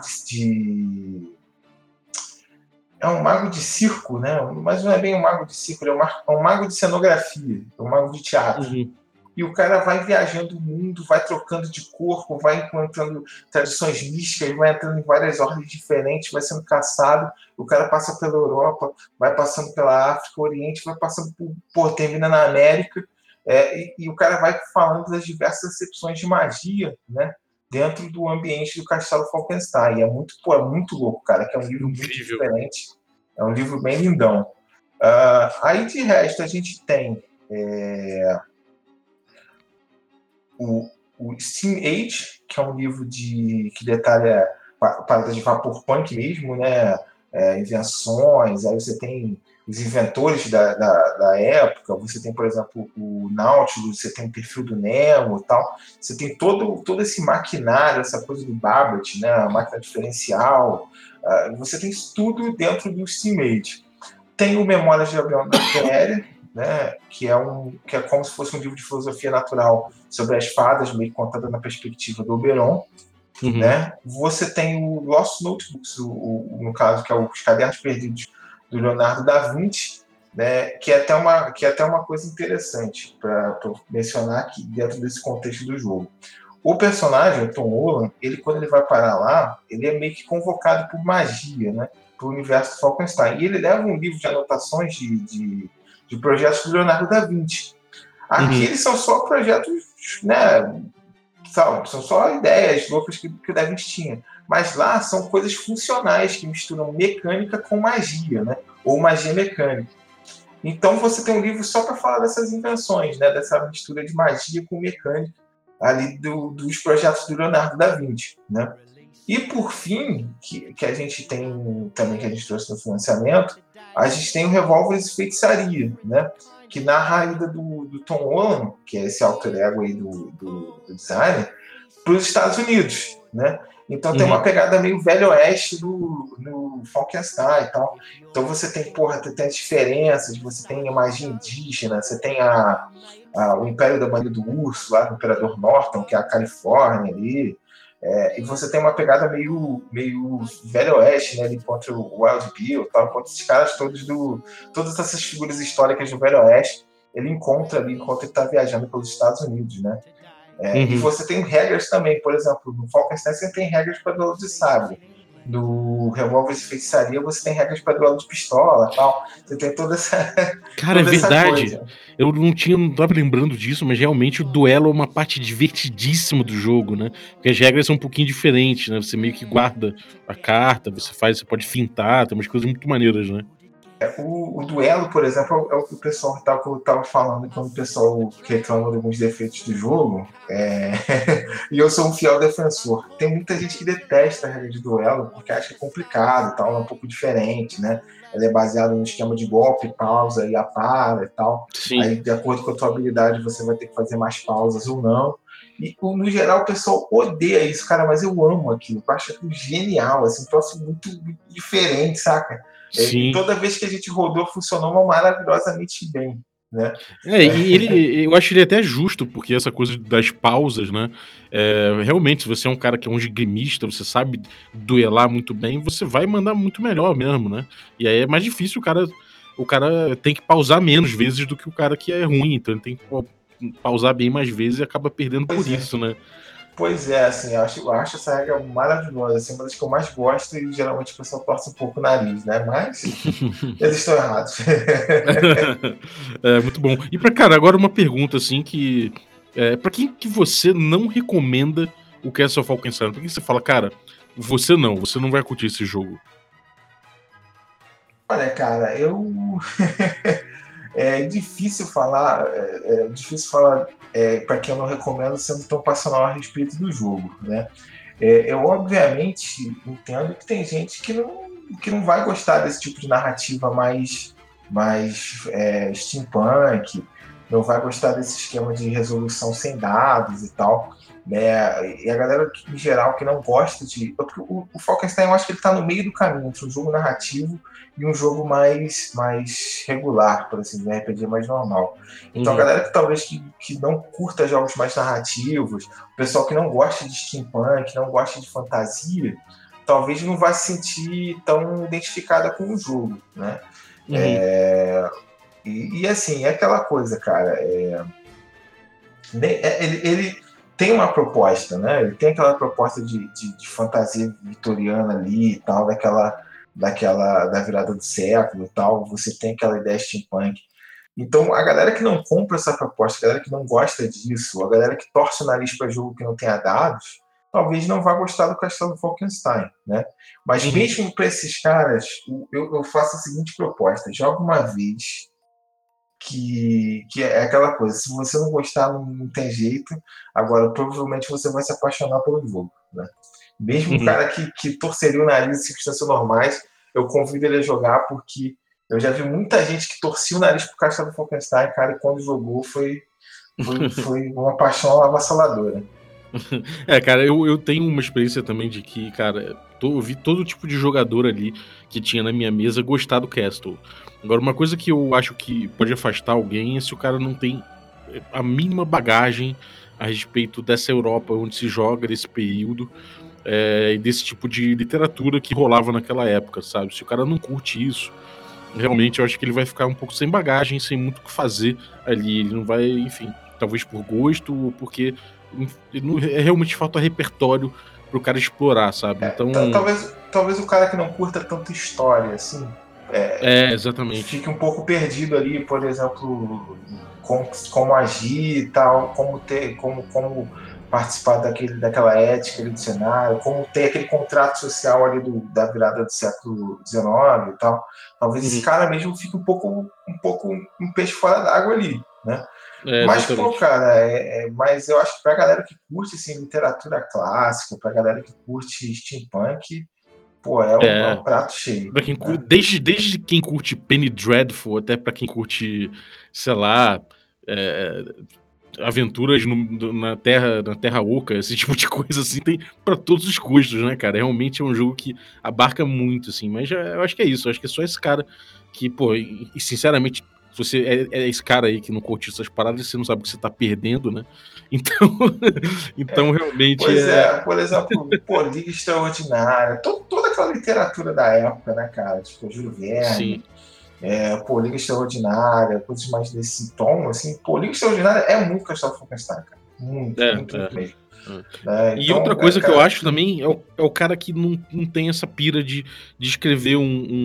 é um mago de circo, né? Mas não é bem um mago de circo, ele é um mago de cenografia, é um mago de teatro. E o cara vai viajando o mundo, vai trocando de corpo, vai encontrando tradições místicas, vai entrando em várias ordens diferentes, vai sendo caçado. O cara passa pela Europa, vai passando pela África, Oriente, vai passando termina na América. E o cara vai falando das diversas acepções de magia, né? Dentro do ambiente do Castelo Falkenstein. É muito louco, cara, que é um livro muito diferente. É um livro bem lindão. Aí, de resto, a gente tem o Steam Age, que é um livro que detalha paradas de vapor punk mesmo, né? Invenções, aí você tem os inventores da época, você tem, por exemplo, o Nautilus, você tem o perfil do Nemo e tal, você tem todo esse maquinário, essa coisa do Babbage, né? A máquina diferencial, você tem isso tudo dentro do Steam Age. Tem o Memórias de Gabriel Aérea, né, que é como se fosse um livro de filosofia natural sobre as fadas, meio contada na perspectiva do Oberon. Né? Você tem o Lost Notebooks, no caso, que é Os Cadernos Perdidos, do Leonardo da Vinci, né, que é até uma coisa interessante para mencionar aqui dentro desse contexto do jogo. O personagem, o Tom Holland, quando ele vai parar lá, ele é meio que convocado por magia, né, para o universo do Falkenstein. E ele leva um livro de anotações de projetos do Leonardo da Vinci. Aqui eles são só projetos, né, são só ideias loucas que o Da Vinci tinha. Mas lá são coisas funcionais que misturam mecânica com magia, né, ou magia mecânica. Então você tem um livro só para falar dessas invenções, né, dessa mistura de magia com mecânica ali dos projetos do Leonardo da Vinci, né? E por fim, que a gente tem também, que a gente trouxe no financiamento, a gente tem o Revólveres e Feitiçaria, né? Que narra a ida do Tom Holland, que é esse alter ego aí do designer, para os Estados Unidos, né? Então tem uma pegada meio velho oeste no Falkenstein e tal. Então você tem, tem as diferenças, você tem a magia indígena, você tem o Império da Magia do Urso, lá do Imperador Norton, que é a Califórnia ali. E você tem uma pegada meio velho oeste, né? Ele encontra o Wild Bill, tal, encontra esses caras todas essas figuras históricas do velho oeste, ele encontra ali enquanto ele está viajando pelos Estados Unidos, né? E você tem regras também, por exemplo, no Falkenstein você tem regras para duelo de sabre. No Revólveres e Feitiçaria você tem regras para duelo de pistola e tal. Você tem toda essa. Cara, toda é verdade. Essa coisa. Eu não tava lembrando disso, mas realmente o duelo é uma parte divertidíssima do jogo, né? Porque as regras são um pouquinho diferentes, né? Você meio que guarda a carta, você pode fintar, tem umas coisas muito maneiras, né? O duelo, por exemplo, é o que o pessoal estava falando quando o pessoal reclama de alguns defeitos do jogo. E eu sou um fiel defensor. Tem muita gente que detesta a regra de duelo porque acha que é complicado e tal, é um pouco diferente, né? Ela é baseada no esquema de golpe, pausa e apara e tal. Sim. Aí, de acordo com a tua habilidade, você vai ter que fazer mais pausas ou não. E, no geral, o pessoal odeia isso, cara, mas eu amo aquilo. Eu acho aquilo genial, assim, um troço muito diferente, saca? E toda vez que a gente rodou, funcionou maravilhosamente bem, né? E eu acho ele até justo, porque essa coisa das pausas, né? Realmente, se você é um cara que é um esgrimista, você sabe duelar muito bem, você vai mandar muito melhor mesmo, né? E aí é mais difícil o cara tem que pausar menos vezes do que o cara que é ruim, então ele tem que pausar bem mais vezes e acaba perdendo por isso, né? Pois é, assim, eu acho essa regra maravilhosa, assim, uma das que eu mais gosto e geralmente o pessoal torce um pouco o nariz, né? Mas eles estão errados. É muito bom. E cara, agora uma pergunta assim que para quem que você não recomenda o Castle of Falkenstein? Por que você fala, cara, você não vai curtir esse jogo? Olha, cara, é difícil falar para quem eu não recomendo sendo tão passional a respeito do jogo, né? Eu obviamente entendo que tem gente que não vai gostar desse tipo de narrativa mais steampunk, não vai gostar desse esquema de resolução sem dados e tal, né? E a galera em geral que não gosta de. Porque o Falkenstein eu acho que ele está no meio do caminho entre um jogo narrativo e um jogo mais regular, por assim dizer, um RPG mais normal. Então a Uhum, galera que talvez que não curta jogos mais narrativos, o pessoal que não gosta de steampunk, não gosta de fantasia, talvez não vá se sentir tão identificada com o jogo, né? uhum, E assim, é aquela coisa, cara. Ele tem uma proposta, né? Ele tem aquela proposta de fantasia vitoriana ali e tal, da virada do século e tal. Você tem aquela ideia steampunk. Então, a galera que não compra essa proposta, a galera que não gosta disso, a galera que torce o nariz para jogo que não tenha dados, talvez não vá gostar do Castelo Falkenstein, né? Mas uhum. mesmo para esses caras, eu faço a seguinte proposta: joga uma vez, que é aquela coisa, se você não gostar, não tem jeito, agora provavelmente você vai se apaixonar pelo jogo, né? Mesmo o Uhum. cara que torceria o nariz em circunstâncias normais, eu convido ele a jogar porque eu já vi muita gente que torcia o nariz pro Castelo Falkenstein, cara, e quando jogou foi uma paixão avassaladora. Cara, eu tenho uma experiência também de que, cara, eu vi todo tipo de jogador ali que tinha na minha mesa gostar do Castle. Agora, uma coisa que eu acho que pode afastar alguém é se o cara não tem a mínima bagagem a respeito dessa Europa onde se joga, desse período, e desse tipo de literatura que rolava naquela época, sabe? Se o cara não curte isso, realmente eu acho que ele vai ficar um pouco sem bagagem, sem muito o que fazer ali. Ele não vai, enfim, talvez por gosto ou porque realmente falta repertório pro cara explorar, sabe? Então, Talvez o cara que não curta tanta história, assim, exatamente. fique um pouco perdido ali, por exemplo, como agir e tal, como participar daquela ética ali do cenário, como ter aquele contrato social ali da virada do século XIX e tal. Talvez esse Uhum. cara mesmo fique um pouco um peixe fora d'água ali, né? Mas, pô, Exatamente. cara, mas eu acho que pra galera que curte assim, literatura clássica, pra galera que curte steampunk, pô, é um É. prato cheio, Pra quem né? desde quem curte Penny Dreadful até pra quem curte, sei lá, é, aventuras na Terra Oca, esse tipo de coisa assim, tem pra todos os gostos, né, cara? Realmente é um jogo que abarca muito, assim, mas eu acho que é isso, eu acho que é só esse cara que, pô, e sinceramente, se você é esse cara aí que não curte essas paradas, você não sabe o que você tá perdendo, né? Então, então realmente Pois é, por exemplo, pô, Liga Extraordinária, toda aquela literatura da época, né, cara? Tipo, Júlio sim. Verne, pô, Liga Extraordinária, coisas mais desse tom, assim, pô, Liga Extraordinária é muito Castelo Frankenstein, cara. Muito, É, muito, muito é. mesmo. É. Né? E outra Então, coisa que eu cara, acho também é o cara que não tem essa pira de escrever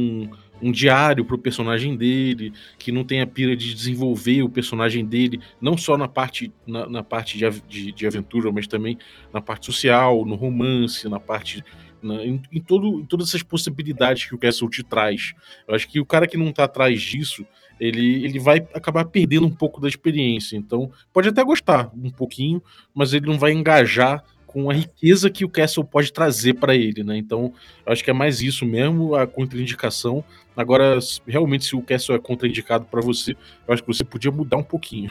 um diário pro personagem dele, que não tem a pira de desenvolver o personagem dele, não só na parte de aventura, mas também na parte social, no romance, na parte. Em todas essas possibilidades que o Castle te traz. Eu acho que o cara que não tá atrás disso, ele vai acabar perdendo um pouco da experiência. Então, pode até gostar um pouquinho, mas ele não vai engajar com a riqueza que o Castle pode trazer para ele, né? Então, eu acho que é mais isso mesmo, a contraindicação. Agora, realmente, se o Castle é contraindicado para você, eu acho que você podia mudar um pouquinho.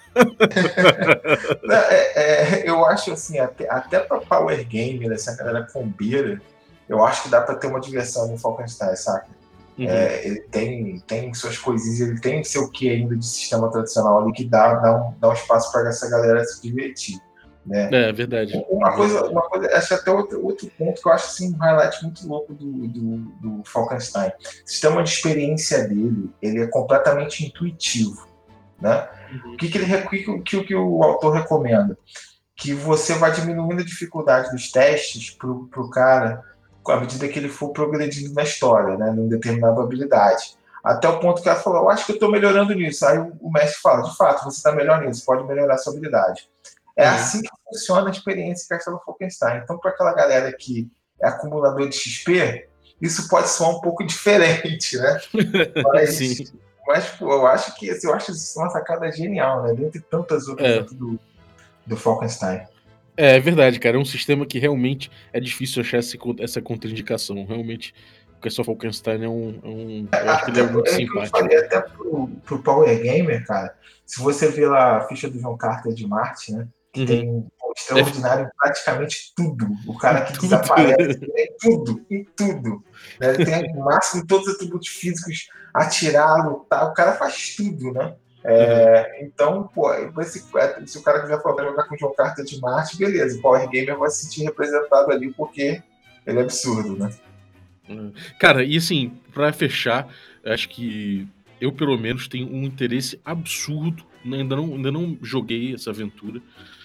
né, eu acho assim, até pra Power Game, essa galera combeira, eu acho que dá pra ter uma diversão no Falkenstein, saca? Uhum. Ele tem suas coisinhas, ele tem seu que ainda de sistema tradicional ali que dá um espaço para essa galera se divertir, né? É verdade, é Uma verdade. coisa, acho até outro ponto que eu acho assim, um highlight muito louco do Falkenstein. O sistema de experiência dele, ele é completamente intuitivo, né? O Uhum. que o autor recomenda? que você vai diminuindo a dificuldade dos testes pro cara à medida que ele for progredindo na história, né, numa determinada habilidade. Até o ponto que ela falou, eu acho que eu estou melhorando nisso. Aí o mestre fala, de fato, você está melhor nisso, pode melhorar a sua habilidade. É Uhum. assim que funciona a experiência Castelo Falkenstein. Então, para aquela galera que é acumulador de XP, isso pode soar um pouco diferente, né? Sim. Mas pô, eu acho que assim, eu acho isso uma sacada genial, né? Dentre tantas outras É. dentro do Falkenstein. É verdade, cara. É um sistema que realmente é difícil achar essa contraindicação. Realmente, o Castle Falkenstein eu acho que ele Até é muito é que eu te simpático. falei, até pro Power Gamer, cara, se você vê lá a ficha do John Carter de Marte, né? Que Uhum. tem É extraordinário em praticamente tudo. O em cara que tudo. desaparece em tudo, em tudo. Né? Ele tem o máximo de todos os atributos físicos, atirar, lutar, o cara faz tudo, né? Uhum. Então, pô, se o cara quiser jogar com o John Carter de Marte, beleza, o Power Gamer vai se sentir representado ali porque ele é absurdo, né? Cara, e assim, pra fechar, acho que eu, pelo menos, tenho um interesse absurdo. Ainda não joguei essa aventura,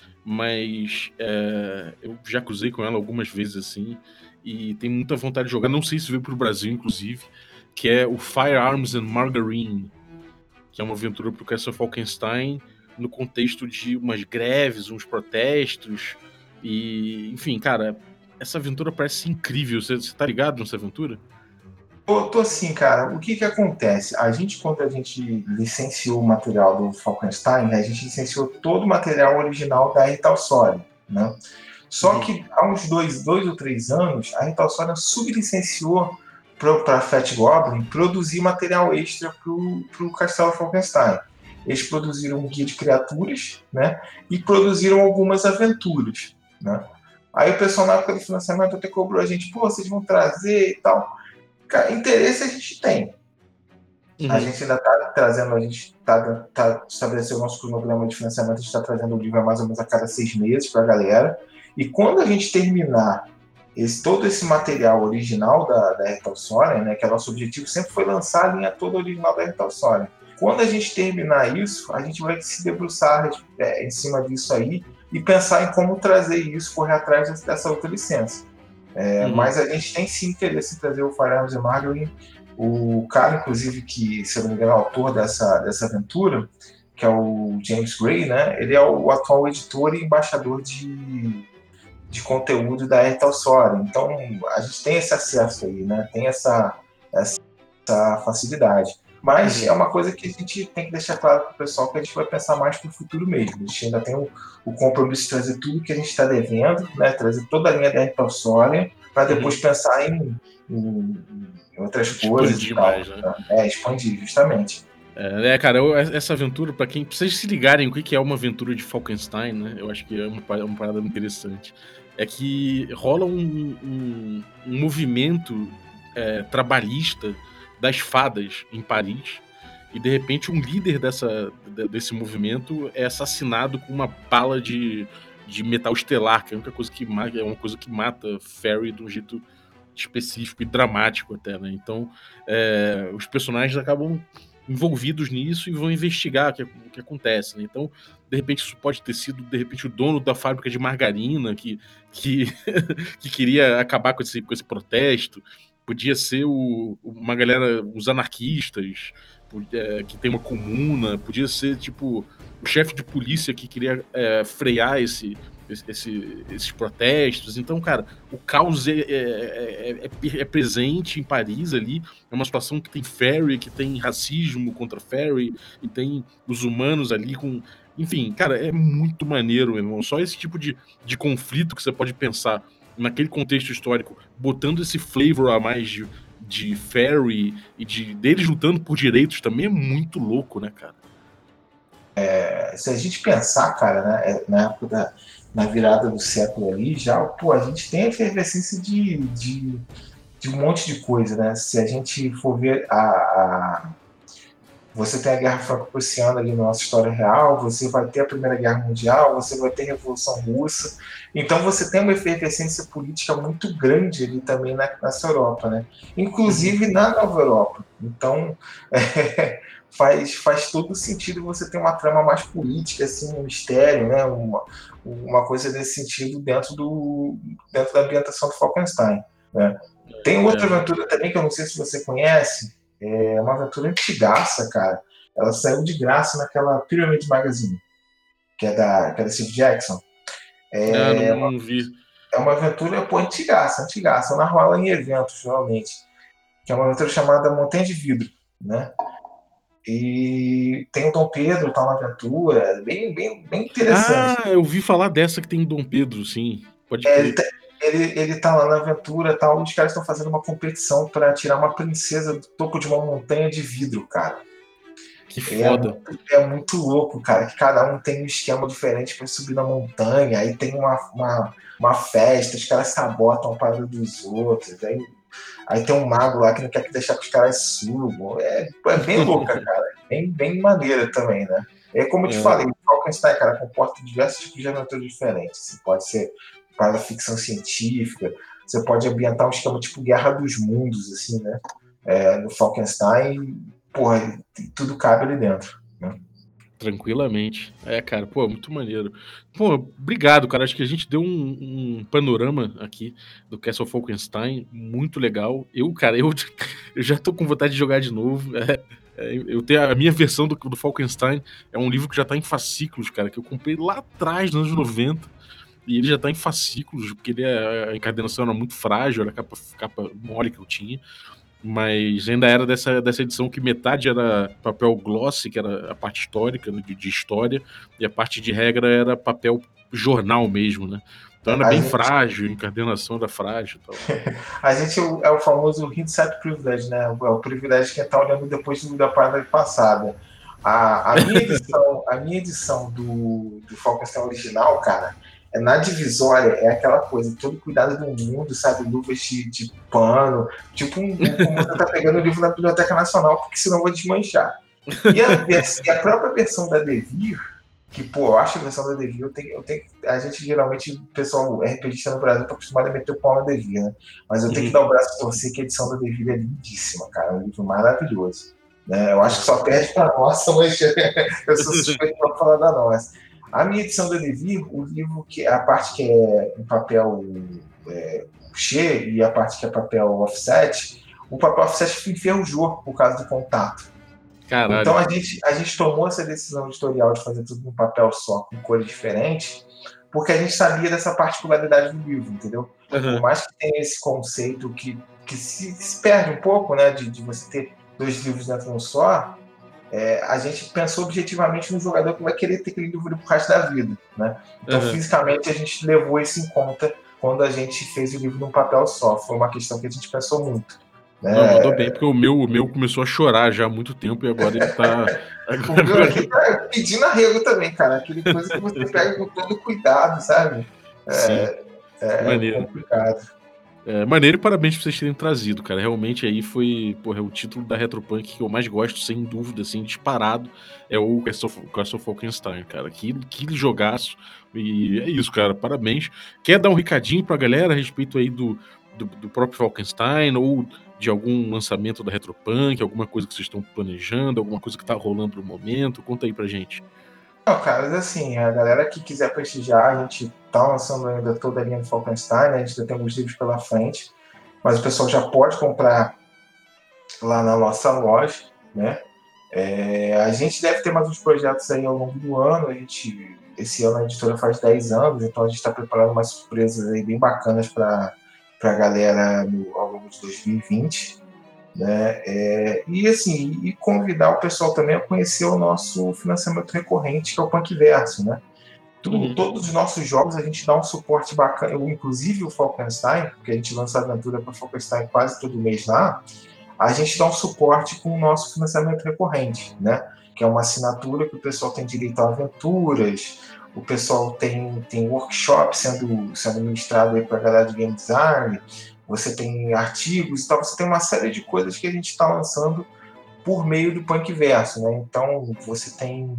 mas eu já cruzei com ela algumas vezes assim, e tenho muita vontade de jogar. Não sei se veio pro Brasil, inclusive, que é o Firearms and Margarine, que é uma aventura pro Castle Falkenstein no contexto de umas greves, uns protestos, e enfim, cara, essa aventura parece incrível. Você tá ligado nessa aventura? Tô assim, cara. O que que acontece? Quando a gente licenciou o material do Falkenstein, né, a gente licenciou todo o material original da Rita Soria, né? Só Uhum. que há uns dois ou três anos, a Rita Soria sublicenciou para a Fat Goblin produzir material extra para o Castelo Falkenstein. Eles produziram um guia de criaturas, né? E produziram algumas aventuras, né? Aí o pessoal na época do financiamento até cobrou a gente, pô, vocês vão trazer e tal. Cara, interesse a gente tem. A Uhum. gente ainda está trazendo, a gente tá estabelecendo o nosso cronograma de financiamento, a gente está trazendo o livro mais ou menos a cada 6 meses para a galera. E quando a gente terminar todo esse material original da Hertal Soren, né, que é nosso objetivo sempre foi lançar a linha toda original da Hertal Soren. Quando a gente terminar isso, a gente vai se debruçar em cima disso aí e pensar em como trazer isso, correr atrás dessa outra licença. Uhum. Mas a gente tem sim interesse em trazer o Firearms and Margarine. O cara, inclusive, que, se eu não me engano, é o autor dessa aventura, que é o James Gray, né? Ele é o atual editor e embaixador de conteúdo da Hertal Soria. Então, a gente tem esse acesso aí, né? Tem essa facilidade. Mas é Uhum. uma coisa que a gente tem que deixar claro para o pessoal que a gente vai pensar mais para o futuro mesmo. A gente ainda tem o compromisso de trazer tudo que a gente está devendo, né? Trazer toda a linha da Hertal Soria, para depois Uhum. pensar em outras coisas e Expandir tal. mais, né? Expandir, justamente. Cara, essa aventura, pra quem precisa se ligarem o que é uma aventura de Falkenstein, né? Eu acho que é uma parada interessante. É que rola um movimento trabalhista das fadas em Paris, e de repente um líder desse movimento é assassinado com uma bala de metal estelar, que é a única coisa é uma coisa que mata Ferry de um jeito específico e dramático até, né? Então, os personagens acabam envolvidos nisso e vão investigar o que acontece, né? Então, de repente, isso pode ter sido, de repente, o dono da fábrica de margarina que, que queria acabar com esse protesto. Podia ser uma galera, os anarquistas, que tem uma comuna. Podia ser, tipo, o chefe de polícia que queria frear esses protestos. Então, cara, o caos é presente em Paris ali. É uma situação que tem Ferry, que tem racismo contra Ferry, e tem os humanos ali com. Enfim, cara, é muito maneiro, meu irmão. Só esse tipo de conflito que você pode pensar naquele contexto histórico, botando esse flavor a mais de Ferry e deles lutando por direitos também é muito louco, né, cara? Se a gente pensar, cara, né, na época na virada do século ali, já, pô, a gente tem a efervescência de um monte de coisa, né? Se a gente for ver você tem a Guerra Franco-Prussiana ali na nossa história real, você vai ter a Primeira Guerra Mundial, você vai ter a Revolução Russa. Então você tem uma efervescência política muito grande ali também nessa Europa, né? Uhum. Inclusive na Nova Europa. Então, faz todo sentido você ter uma trama mais política, assim, um mistério, né? Uma coisa nesse sentido dentro da ambientação do Falkenstein, né? Tem outra aventura também que eu não sei se você conhece, é uma aventura antigaça, cara. Ela saiu de graça naquela Pyramid Magazine, que é da Steve Jackson. Não vi. É uma aventura, pô, antigaça. Eu narro ela em eventos, geralmente. Que é uma aventura chamada Montanha de Vidro, né? E tem o Dom Pedro, tá na aventura, bem interessante. Eu vi falar dessa que tem Dom Pedro, sim. Pode É, crer. ele tá lá na aventura e tal, e os caras estão fazendo uma competição para tirar uma princesa do topo de uma montanha de vidro, cara. Que foda. É muito louco, cara, que cada um tem um esquema diferente para subir na montanha, aí tem uma festa, os caras sabotam a parada dos outros, aí tem um mago lá que não quer deixar que os caras subam. É bem louca, cara. Bem maneira também, né? É como eu te falei, o Falkenstein, cara, comporta diversos tipos de aventuras diferentes. Você pode ser para a ficção científica, você pode ambientar um esquema tipo Guerra dos Mundos, assim, né? No Falkenstein, porra, tudo cabe ali dentro. Né? Tranquilamente. Cara, pô, muito maneiro. Pô, obrigado, cara. Acho que a gente deu um panorama aqui do Castle Falkenstein, muito legal. Cara, eu já tô com vontade de jogar de novo. Eu tenho a minha versão do Falkenstein, é um livro que já tá em fascículos, cara, que eu comprei lá atrás, nos anos 90. E ele já tá em fascículos, porque a encadernação era muito frágil, era a capa mole que eu tinha. Mas ainda era dessa edição que metade era papel glossy, que era a parte histórica, né, de história, e a parte de regra era papel jornal mesmo, né? Então era bem frágil, a encadernação era frágil e tal. A gente é o famoso hindsight privilege, né? É o privilégio que tá olhando depois da parada passada. A minha edição do Falkenstein original, cara, na divisória é aquela coisa, todo cuidado do mundo, sabe? Luvas de pano, tipo como você tá pegando o livro na Biblioteca Nacional, porque senão vai desmanchar. E a própria versão da Devir, que, pô, eu acho a versão da Devir, a gente geralmente, o pessoal RPGista no Brasil tá acostumado a meter o pau na Devir, né? Mas eu tenho que dar o braço a torcer que a edição da Devir é lindíssima, cara, é um livro maravilhoso. Né? Eu acho que só perde pra nossa, mas eu sou suspeito pra falar da nossa. A minha edição da Devir, o livro, a parte que é em papel couché e a parte que é papel offset, o papel offset enferrujou por causa do contato. Caralho. Então a gente tomou essa decisão editorial de fazer tudo num papel só, com cores diferentes, porque a gente sabia dessa particularidade do livro, entendeu? Por mais que tenha esse conceito que se perde um pouco, né, de você ter 2 livros dentro de um só, a gente pensou objetivamente no jogador que vai querer ter aquele livro pro resto da vida, né? Então, fisicamente, a gente levou isso em conta quando a gente fez o livro num papel só. Foi uma questão que a gente pensou muito. Né? Não, mandou bem, porque o meu começou a chorar já há muito tempo e agora ele tá... O meu aqui tá pedindo arrego também, cara. Aquele coisa que você pega com todo cuidado, sabe? É complicado. Maneiro, e parabéns por vocês terem trazido, cara. Realmente aí foi, porra, o título da Retropunk que eu mais gosto, sem dúvida, assim, disparado, é o Castle Falkenstein, cara. Que jogaço. E é isso, cara, parabéns. Quer dar um recadinho pra galera a respeito aí do próprio Falkenstein ou de algum lançamento da Retropunk, alguma coisa que vocês estão planejando, alguma coisa que tá rolando no momento? Conta aí pra gente. Não, cara, assim, a galera que quiser prestigiar, a gente tá lançando ainda toda a linha do Falkenstein, né? A gente ainda tem alguns livros pela frente, mas o pessoal já pode comprar lá na nossa loja, né? A gente deve ter mais uns projetos aí ao longo do ano. Esse ano a editora faz 10 anos, então a gente está preparando umas surpresas aí bem bacanas para a galera ao longo de 2020. Né? E convidar o pessoal também a conhecer o nosso financiamento recorrente, que é o Punkverso, né? Todos os nossos jogos a gente dá um suporte bacana, inclusive o Falkenstein, porque a gente lança a aventura para Falkenstein quase todo mês lá, a gente dá um suporte com o nosso financiamento recorrente, né? Que é uma assinatura que o pessoal tem direito a aventuras, o pessoal tem workshop sendo ministrado para a galera de game design, você tem artigos e tal, você tem uma série de coisas que a gente está lançando por meio do Punkverso, né? Então você tem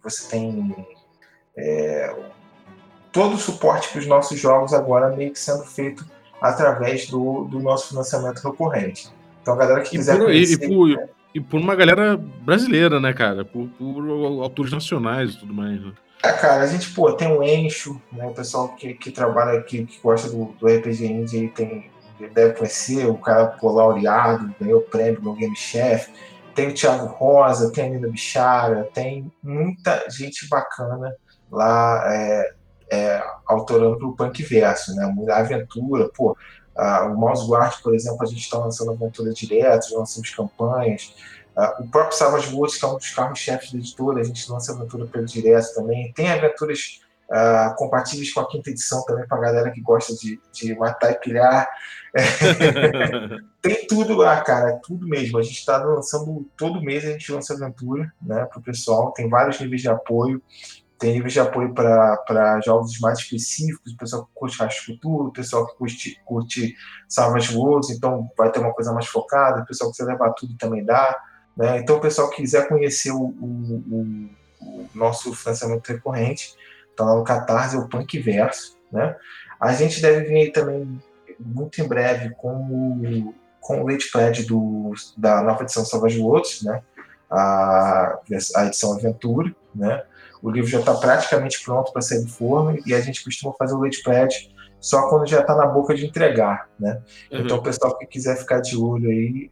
todo o suporte para os nossos jogos agora meio que sendo feito através do nosso financiamento recorrente. Então a galera que quiser conhecer... E por uma galera brasileira, né, cara? Por autores nacionais e tudo mais, né? Cara, a gente, pô, tem o Encho, né? O pessoal que trabalha aqui, que gosta do RPG Indie, aí deve conhecer, o cara, pô, laureado, ganhou o prêmio no Game Chef. Tem o Thiago Rosa, tem a Nina Bichara, tem muita gente bacana lá autorando pro Punk Verso, né? Muita aventura, pô. O Mouse Guard, por exemplo, a gente está lançando aventura direto, já lançamos campanhas. O próprio Savage Woods, que é um dos carros-chefes da editora, a gente lança aventura pelo direto também. Tem aventuras compatíveis com a quinta edição também, para a galera que gosta de matar e pilhar. Tem tudo lá, cara, tudo mesmo. A gente está lançando, todo mês a gente lança aventura, né, para o pessoal. Tem vários níveis de apoio. Tem níveis de apoio para jogos mais específicos, o pessoal que curte Rastro Futuro, o pessoal que curte Savage Worlds, então vai ter uma coisa mais focada, o pessoal que quiser levar tudo também dá. Né? Então, o pessoal que quiser conhecer o nosso financiamento recorrente, está lá no Catarse, é o Punk Verso. Né? A gente deve vir também muito em breve com o Late Pad da nova edição Savage Worlds, né? a edição Aventura. Né? O livro já está praticamente pronto para sair do forno e a gente costuma fazer o late pad só quando já está na boca de entregar, né? Uhum. Então, o pessoal que quiser ficar de olho aí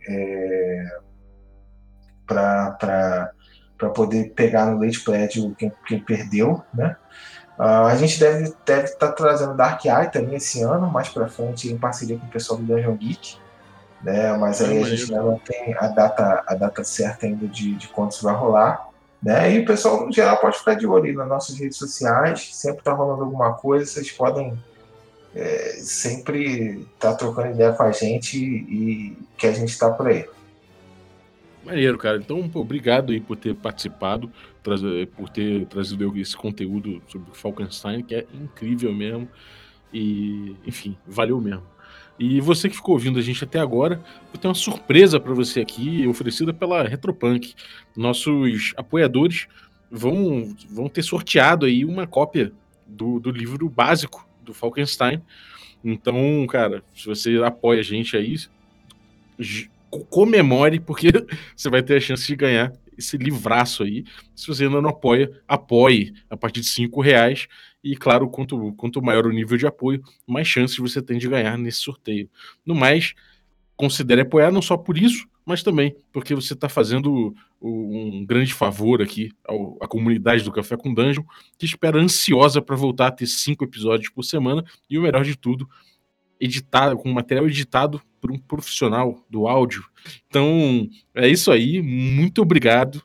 para poder pegar no late pad quem perdeu, né? A gente deve estar trazendo Dark Eye também esse ano, mais para frente, em parceria com o pessoal do Dungeon Geek. Né? Mas aí a gente ainda não tem a data certa ainda de quando isso vai rolar. Né? E o pessoal, no geral, pode ficar de olho aí nas nossas redes sociais, sempre está rolando alguma coisa, vocês podem sempre estar trocando ideia com a gente e que a gente está por aí. Maneiro, cara. Então, pô, obrigado aí por ter participado, por ter trazido esse conteúdo sobre o Falkenstein, que é incrível mesmo. E, enfim, valeu mesmo. E você que ficou ouvindo a gente até agora, eu tenho uma surpresa para você aqui, oferecida pela Retropunk. Nossos apoiadores vão ter sorteado aí uma cópia do livro básico do Falkenstein. Então, cara, se você apoia a gente aí, comemore, porque você vai ter a chance de ganhar esse livraço aí. Se você ainda não apoia, apoie a partir de R$5. E, claro, quanto maior o nível de apoio, mais chances você tem de ganhar nesse sorteio. No mais, considere apoiar não só por isso, mas também porque você está fazendo um grande favor aqui à comunidade do Café com Dungeon, que espera ansiosa para voltar a ter 5 episódios por semana. E o melhor de tudo, editado, com material editado por um profissional do áudio. Então, é isso aí. Muito obrigado.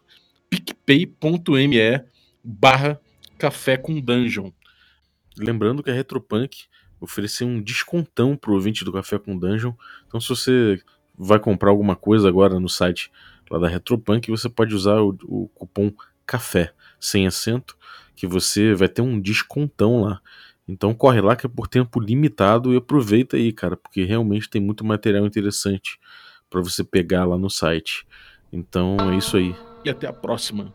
picpay.me/Café com Dungeon. Lembrando que a Retropunk ofereceu um descontão pro ouvinte do Café com Dungeon. Então, se você vai comprar alguma coisa agora no site lá da Retropunk, você pode usar o cupom CAFÉ, sem acento, que você vai ter um descontão lá. Então corre lá que é por tempo limitado e aproveita aí, cara, porque realmente tem muito material interessante para você pegar lá no site. Então é isso aí. E até a próxima.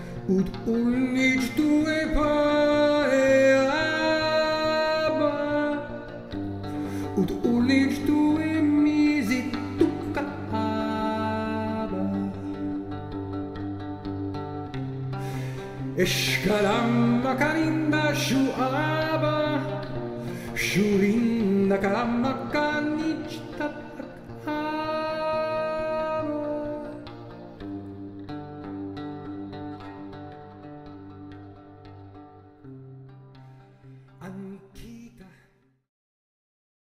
Ut unit tue pae Ulit tu emisi tukka aba Eşkalamma karinda shuaba Shurinda kalamma kanichta